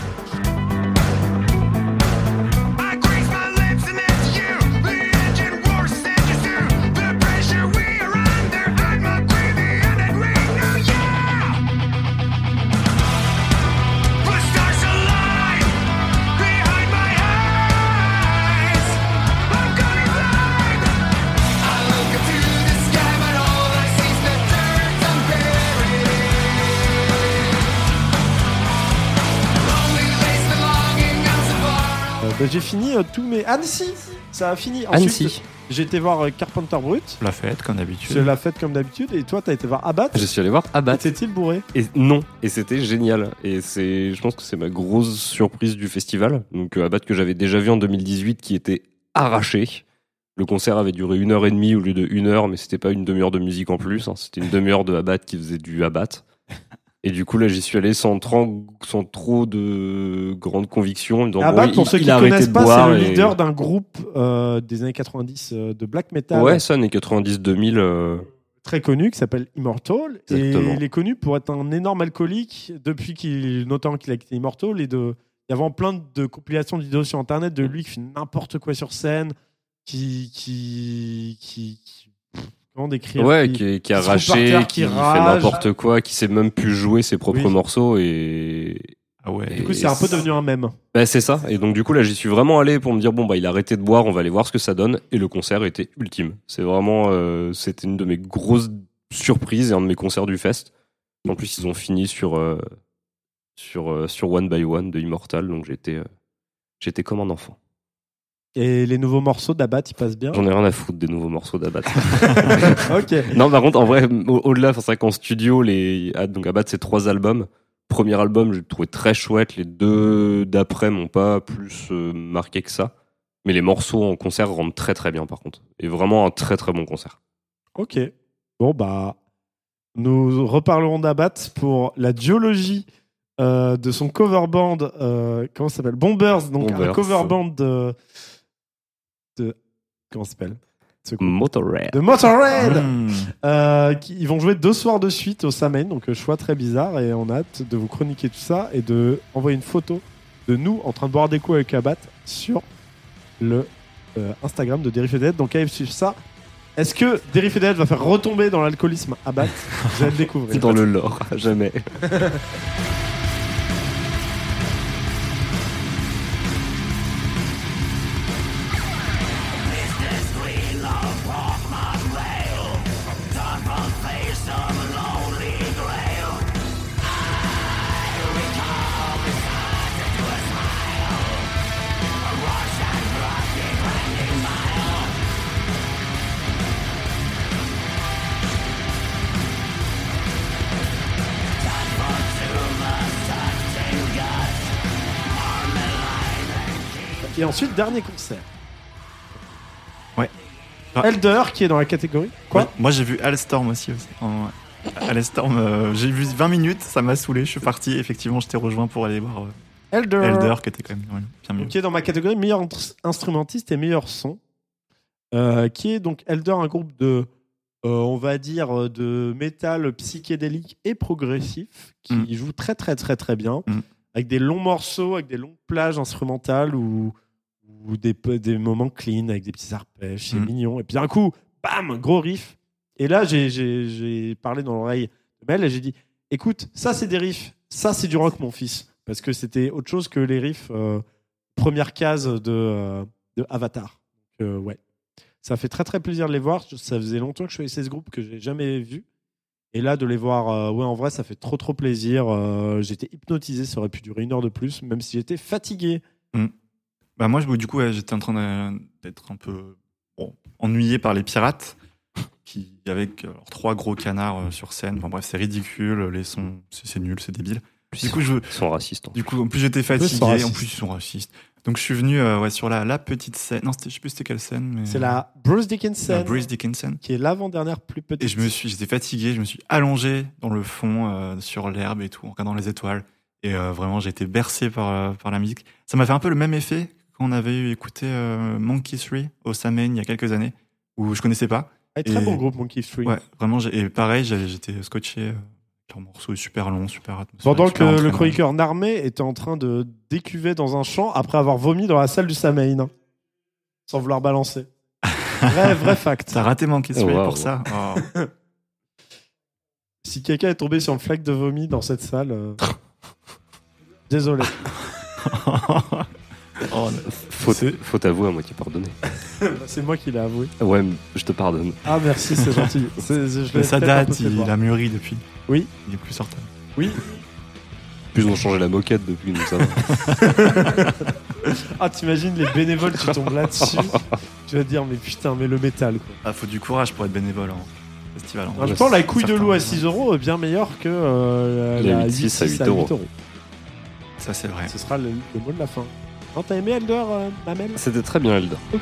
I graze my lips and it's you. The engine war sends through. The pressure we are under. I'm a gravy and it ring now, yeah. The stars align behind my eyes. I'm gonna ride. I look up to the sky, but all I see is the dirt I'm buried in. Lonely lace the longing I'm so far. Euh, bah, j'ai fini euh, tous mes Annecy. Ça a fini. Ensuite, Annecy. j'ai été voir euh, Carpenter Brut. La fête, comme d'habitude. C'est la fête comme d'habitude. Et toi, t'as été voir Abbat. Je suis allé voir Abbat. Était-il bourré? Et non, et c'était génial. Et c'est, je pense que c'est ma grosse surprise du festival. Donc euh, Abbat que j'avais déjà vu en deux mille dix-huit, qui était arraché. Le concert avait duré une heure et demie au lieu de une heure, mais c'était pas une demi-heure de musique en plus. Hein. C'était une demi-heure de Abbat qui faisait du Abbat. Et du coup là, j'y suis allé sans, trop- sans trop de grande conviction. Donc, Abbat, bon, pour il- ceux il qui a ne arrêté connaissent de pas, boire c'est le et- leader d'un groupe euh, des années quatre-vingt-dix euh, de black metal Ouais, ça, années quatre-vingt-dix deux mille. euh, très connu qui s'appelle Immortal. Exactement. Et il est connu pour être un énorme alcoolique depuis qu'il, notamment qu'il a quitté Immortal. Et de, il y a vraiment plein de compilations de vidéos sur internet de lui qui fait n'importe quoi sur scène, qui. qui, qui, qui- pff, comment décrire Ouais, qui- qui, est- qui a qui se trouve par arraché, terre, qui, qui fait rage. n'importe quoi, qui sait même plus jouer ses propres Oui. morceaux et. Ah ouais. Du coup, c'est un peu devenu un mème. Bah, c'est ça. Et donc, du coup, là, j'y suis vraiment allé pour me dire, bon, bah, il a arrêté de boire, on va aller voir ce que ça donne. Et le concert était ultime. C'est vraiment, euh, c'était une de mes grosses surprises et un de mes concerts du fest. En plus, ils ont fini sur, euh, sur, euh, sur One by One de Immortal. Donc, j'étais, euh, j'étais comme un enfant. Et les nouveaux morceaux d'Abbat, ils passent bien. J'en ai rien à foutre des nouveaux morceaux d'Abbat. Ok. Non, par contre, en vrai, au- au-delà, enfin, c'est vrai qu'en studio, les, ah, donc Abbat, c'est trois albums. Premier album, je l'ai trouvé très chouette. Les deux d'après m'ont pas plus euh, marqué que ça. Mais les morceaux en concert rendent très très bien, par contre. Et vraiment un très très bon concert. Ok. Bon, bah, nous reparlerons d'Abbat pour la duologie euh, de son cover band. Euh, comment ça s'appelle? Bombers. Donc, un Bombers. cover band de. de comment ça s'appelle? Ce groupe. Motorhead. De Motorhead. Mmh. Euh, qui, ils vont jouer deux soirs de suite au Samaine, donc euh, choix très bizarre. Et on a hâte de vous chroniquer tout ça et de envoyer une photo de nous en train de boire des coups avec Abbat sur le euh, Instagram de Derrick Dead. Donc allez suivre ça. Est-ce que Derrick Dead va faire retomber dans l'alcoolisme Abbat? Vous allez le découvrir. Dans le lore, jamais. Et ensuite, dernier concert. Ouais. Ah. Elder qui est dans la catégorie. Quoi? Ouais, moi, j'ai vu Alstorm aussi. aussi. En- Alstorm, euh, j'ai vu vingt minutes, ça m'a saoulé. Je suis parti. Effectivement, je t'ai rejoint pour aller voir euh, Elder. Elder, qui était quand même ouais, bien mieux. Qui est dans ma catégorie meilleur ins- instrumentiste et meilleur son. Euh, qui est donc Elder, un groupe de, euh, on va dire, euh, de métal psychédélique et progressif qui Mm. joue très très très très bien, Mm. avec des longs morceaux, avec des longues plages instrumentales ou, ou des, pe- des moments clean avec des petits arpèges, c'est Mm. mignon. Et puis d'un coup, bam, gros riff. Et là, j'ai, j'ai, j'ai parlé dans l'oreille de Mel et j'ai dit, écoute, ça c'est des riffs, ça c'est du rock mon fils, parce que c'était autre chose que les riffs euh, première case de, euh, de Avatar. Donc, euh, ouais. Ça fait très très plaisir de les voir. Ça faisait longtemps que je faisais ce groupe que j'ai jamais vu. Et là, de les voir, euh, ouais, en vrai, ça fait trop, trop plaisir. Euh, j'étais hypnotisé, ça aurait pu durer une heure de plus, même si j'étais fatigué. Bah moi, je- du coup, ouais, j'étais en train de- d'être un peu bon, ennuyé par les pirates, qui avec euh, leurs trois gros canards euh, sur scène. Enfin bref, c'est ridicule, les sons, c'est c'est nul, c'est débile. Du coup, je, Ils sont racistes. hein. du coup, en plus, j'étais ils sont fatigué. En racistes. plus, ils sont racistes. Donc, je suis venu euh, ouais, sur la, la petite scène. Non, c'était- je sais plus c'était quelle scène. Mais... C'est la Bruce la Dickinson, Bruce Dickinson. qui est l'avant-dernière plus petite. Et je me suis, j'étais fatigué, je me suis allongé dans le fond, euh, sur l'herbe et tout, en regardant les étoiles. Et euh, vraiment, j'ai été bercé par, euh, par la musique. Ça m'a fait un peu le même effet quand on avait eu écouté euh, Monkey trois au Samen il y a quelques années, où je connaissais pas. Ah, très et- bon groupe, Monkey trois. Ouais, vraiment, j'ai- et pareil, j'avais- j'étais scotché. Euh, leur morceau est super long, super atmosphérique. Pendant super que le entraînant. chroniqueur Narmé était en train de décuver dans un champ après avoir vomi dans la salle du Samein. hein, Sans vouloir balancer. Vrai, vrai fact. T'as raté Monkey trois Oh, wow. pour ça. Oh. Si quelqu'un est tombé sur une flaque de vomi dans cette salle, euh, désolé. Oh, Faut, faut t'avouer à moitié pardonné. C'est moi qui l'ai avoué. Ouais, mais je te pardonne. Ah merci, c'est gentil. C'est- je mais l'ai ça peut-être un peu date, fait il voir. a mûri depuis. Oui. Il est plus sortable. Oui. Plus ils ont changé la moquette depuis, donc ça va. Ah, t'imagines les bénévoles qui tombent là-dessus. Tu vas te dire, mais putain, mais le métal, quoi. Ah, faut du courage pour être bénévole en festival. En En même vrai. temps, la couille de Certains- loup à six euros est bien meilleure que euh, La la huit six à huit euros. Ça, c'est vrai. Ce sera le, le mot de la fin. Non, t'as aimé Elder, euh, Mamel C'était très bien, Elder. Ok.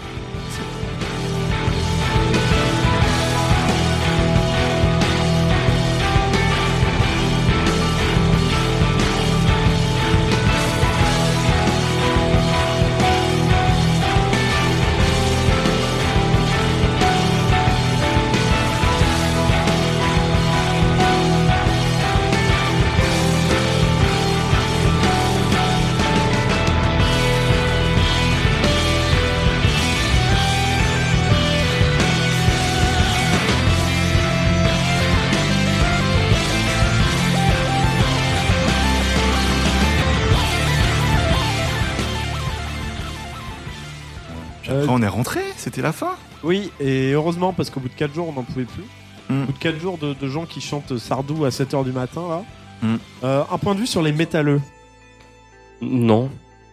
Puis Euh, après, on est rentré, c'était la fin. Oui, et heureusement, parce qu'au bout de quatre jours, on n'en pouvait plus. Mm. Au bout de quatre jours de, de gens qui chantent Sardou à sept heures du matin, là. Mm. Euh, un point de vue sur les métalleux. Non.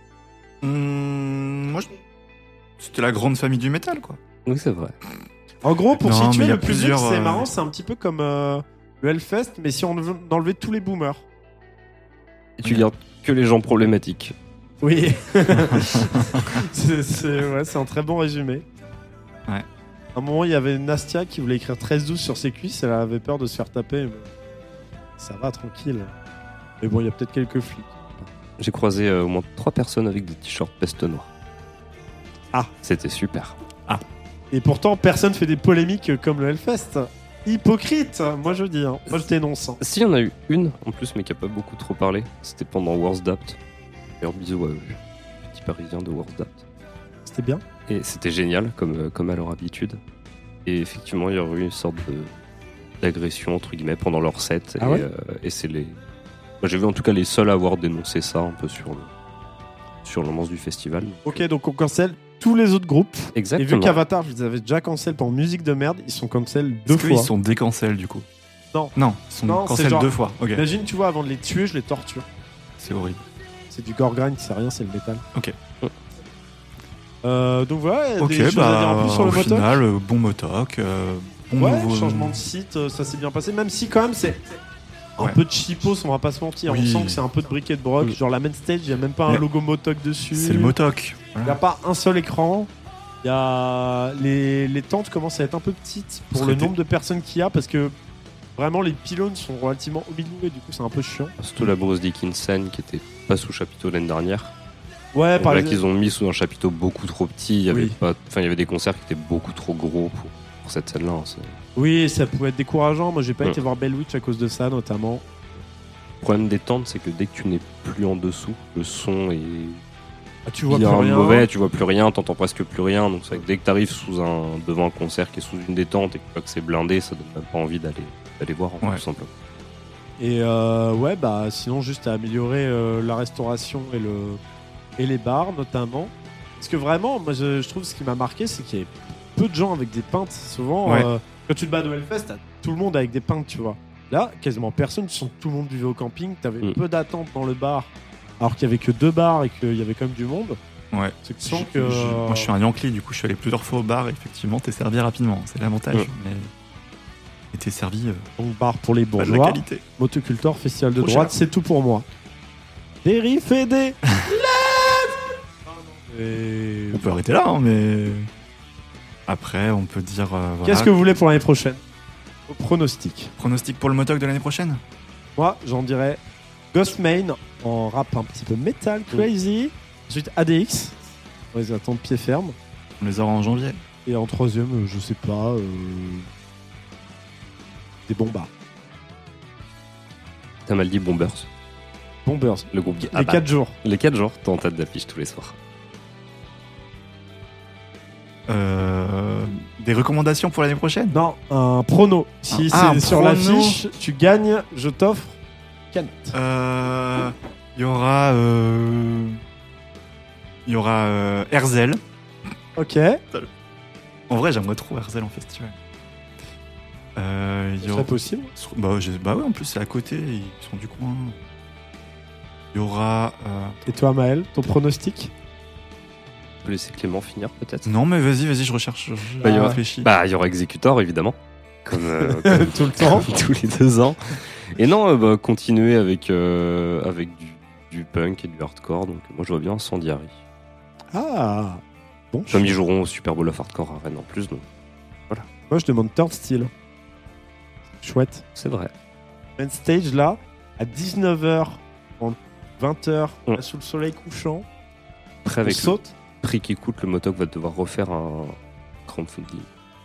Hum, moi, je- c'était la grande famille du métal, quoi. Oui, c'est vrai. En gros, pour Non, mais situer il y a le public, plusieurs, c'est euh, marrant, c'est un petit peu comme euh, le Hellfest, mais si on enlevait- on enlevait tous les boomers. Et tu gardes que les gens problématiques. Oui. c'est c'est- ouais, c'est un très bon résumé. Ouais. À un moment, il y avait Nastia qui voulait écrire treize douze sur ses cuisses, elle avait peur de se faire taper. Mais ça va, tranquille. Mais bon, il y a peut-être quelques flics. J'ai croisé euh, au moins trois personnes avec des t-shirts peste noire. Ah. C'était super. Et pourtant, personne fait des polémiques comme le Hellfest. Hypocrite, moi je dis. Hein. Moi je dénonce. hein. Si, il y en a eu une en plus, mais qui a pas beaucoup trop parlé. C'était pendant Worst Dapt. D'ailleurs, bisous à eux, petit parisien de Worst Dapt. C'était bien. Et c'était génial, comme, euh, comme à leur habitude. Et effectivement, il y aurait eu une sorte de, d'agression, entre guillemets, pendant leur set. Ah et ouais euh, et c'est les. Moi, j'ai vu en tout cas les seuls à avoir dénoncé ça un peu sur, le, sur l'ambiance du festival. Ok, donc on cancelle tous les autres groupes. Et Exactement. vu qu'Avatar, je les avais déjà cancel pour musique de merde, ils sont cancel deux Est-ce fois. qu'ils sont décancels, du coup? Non. Non, ils sont Non, c'est cancels genre- deux fois. Ok, Imagine, tu vois, avant de les tuer, je les torture. c'est horrible. C'est du gore grind, c'est rien, c'est le métal. Ok. Euh, donc voilà, il y a Ok, des choses à dire en bah, plus sur au le motoc. final, euh, bon motoc. euh, bon Ouais, nouveau- changement de site, euh, ça s'est bien passé. Même si quand même c'est un Ouais. peu de cheapos, on va pas se mentir. Oui. On sent que c'est un peu de briquet de broc. Mm. Genre la main stage, il y a même pas un Mais- logo motoc dessus. C'est le motoc. Il n'y Voilà. a pas un seul écran. Il y a les, les tentes commencent à être un peu petites pour Serait le été- nombre de personnes qu'il y a parce que vraiment les pylônes sont relativement au milieu et du coup c'est un peu chiant. Surtout la Bruce Dickinson qui était pas sous chapiteau l'année dernière. Ouais, Donc par là exemple. qu'ils ont mis sous un chapiteau beaucoup trop petit. Il y avait Oui. pas, enfin il y avait des concerts qui étaient beaucoup trop gros pour, pour cette scène-là. hein. C'est- Oui, ça pouvait être décourageant. Moi j'ai pas Ouais. été voir Bellwitch à cause de ça notamment. Le problème des tentes, c'est que dès que tu n'es plus en dessous, le son est Ah, tu vois bien plus rien. mauvais, tu vois plus rien, t'entends presque plus rien. Donc c'est vrai que dès que t'arrives sous un devant un concert qui est sous une des tentes et que tu vois que c'est blindé, ça donne même pas envie d'aller d'aller voir en Ouais. tout simplement. Et euh, ouais, bah sinon juste à améliorer euh, la restauration et le et les bars notamment. Parce que vraiment, moi je, je trouve ce qui m'a marqué, c'est qu'il y a peu de gens avec des pintes. Souvent, Ouais. euh, quand tu te bats au Hellfest, t'as tout le monde avec des pintes, tu vois. Là, quasiment personne, tu sens que tout le monde buvait au camping, t'avais Mm. peu d'attente dans le bar, alors qu'il y avait que deux bars et qu'il y avait quand même du monde. Ouais. C'est que tu sens Je- que. je- moi, je suis un Yankee, du coup, je suis allé plusieurs fois au bar. Et effectivement, t'es servi rapidement. C'est l'avantage. Ouais. Mais et t'es servi euh, Donc, bar pour les pas de la bourgeois, qualité. motoculteur, festival de Trop droite, cher. c'est tout pour moi. Des riffs et des. Et- On peut arrêter là, hein, mais après, on peut dire. euh, voilà. Qu'est-ce que vous voulez pour l'année prochaine? Au pronostic. Pronostic pour le motoc de l'année prochaine? Moi, j'en dirais Ghostmain en rap un petit peu metal, crazy. Ensuite, A D X. On les attend de pied ferme. On les aura en janvier. Et en troisième, euh, je sais pas. euh, Des bombas. T'as mal dit Bombers. Bombers. Le groupe qui Les quatre jours. Les quatre jours, t'es en tête d'affiche tous les soirs. Euh, des recommandations pour l'année prochaine? Non, un prono. Si Ah, un c'est sur prono. l'affiche, tu gagnes, je t'offre canette. Euh, Il y aura. euh, Il y aura euh, Herzl. Ok. En vrai, j'aimerais trop Herzl en festival. Euh, il y C'est aura... possible. bah, j'ai- bah ouais, en plus, c'est à côté. Ils sont du coin. Il y aura. euh, Et toi, Maël, ton pronostic? On peut laisser Clément finir peut-être. Non, mais vas-y, vas-y, je recherche. Je, je Bah, il y aura- réfléchis. Bah, il y aura Executor évidemment. Comme, euh, comme Tout le temps. tous les deux ans. Et non, euh, bah, continuer avec, euh, avec du, du punk et du hardcore. Donc moi je vois bien Incendiary. Ah. Bon. Comme ils joueront au Super Bowl of Hardcore à Rennes en plus. Donc Moi, je demande Third Steel. Chouette. c'est vrai. Main stage là, à dix-neuf heures, en vingt heures, Mm. là, sous le soleil couchant, Après on avec le saute. prix qui coûte, le Motoc va devoir refaire un crowdfunding.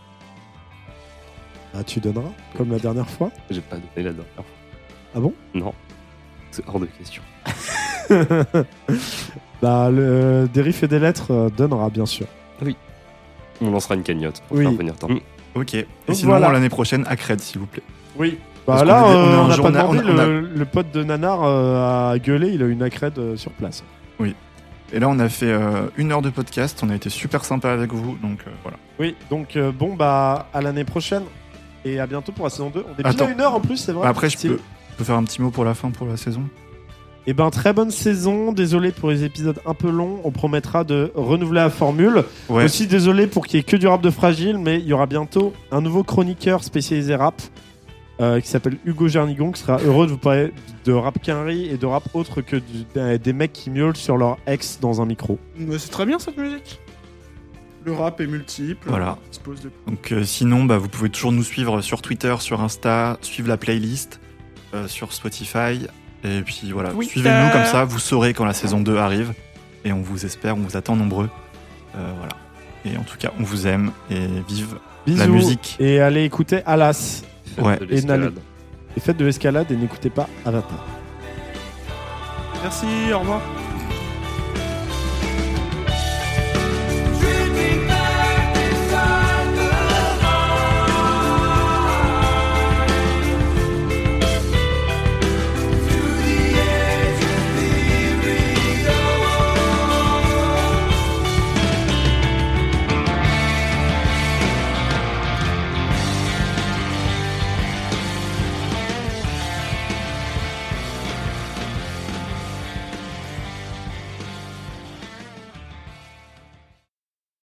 Ah, tu donneras, comme la dernière fois. J'ai pas donné la dernière fois. Ah bon? Non. C'est hors de question. Bah, le des riffs et des lettres euh, donnera, bien sûr. On lancera une cagnotte pour Oui. faire venir tant. Ok. Et Donc sinon, voilà. l'année prochaine, à Cred, s'il vous plaît. Oui. Parce Bah qu'on là, est- on est euh, en on n'a pas journée- demandé, on a- on a- le, le pote de Nanar euh, a gueulé, il a eu une accrède euh, sur place. Et là, on a fait euh, une heure de podcast. On a été super sympa avec vous. Donc euh, voilà. Oui, donc euh, bon, bah, à l'année prochaine. Et à bientôt pour la saison deux. On est pile Attends. à une heure en plus, c'est vrai. Bah, après, je C'est- peux, je peux faire un petit mot pour la fin, pour la saison. Eh ben, très bonne saison. Désolé pour les épisodes un peu longs. On promettra de renouveler la formule. Ouais. Aussi désolé pour qu'il y ait que du rap de fragile, mais il y aura bientôt un nouveau chroniqueur spécialisé rap euh, qui s'appelle Hugo Gernigon, qui sera heureux de vous parler de rap quinri et de rap autre que du- des, des mecs qui miaulent sur leur ex dans un micro. Mais c'est très bien cette musique. Le rap est multiple. Voilà. Il se pose de... Donc euh, sinon, bah, vous pouvez toujours nous suivre sur Twitter, sur Insta, suivre la playlist, euh, sur Spotify. Et puis voilà, Twitter. suivez-nous comme ça, vous saurez quand la saison deux arrive. Et on vous espère, on vous attend nombreux. Euh, voilà. Et en tout cas, on vous aime et vive Bisous. la musique. Et allez écouter Alas. Faites Ouais. de Et l'escalade. n'allez- Et faites de l'escalade et n'écoutez pas Avatar. Merci, au revoir.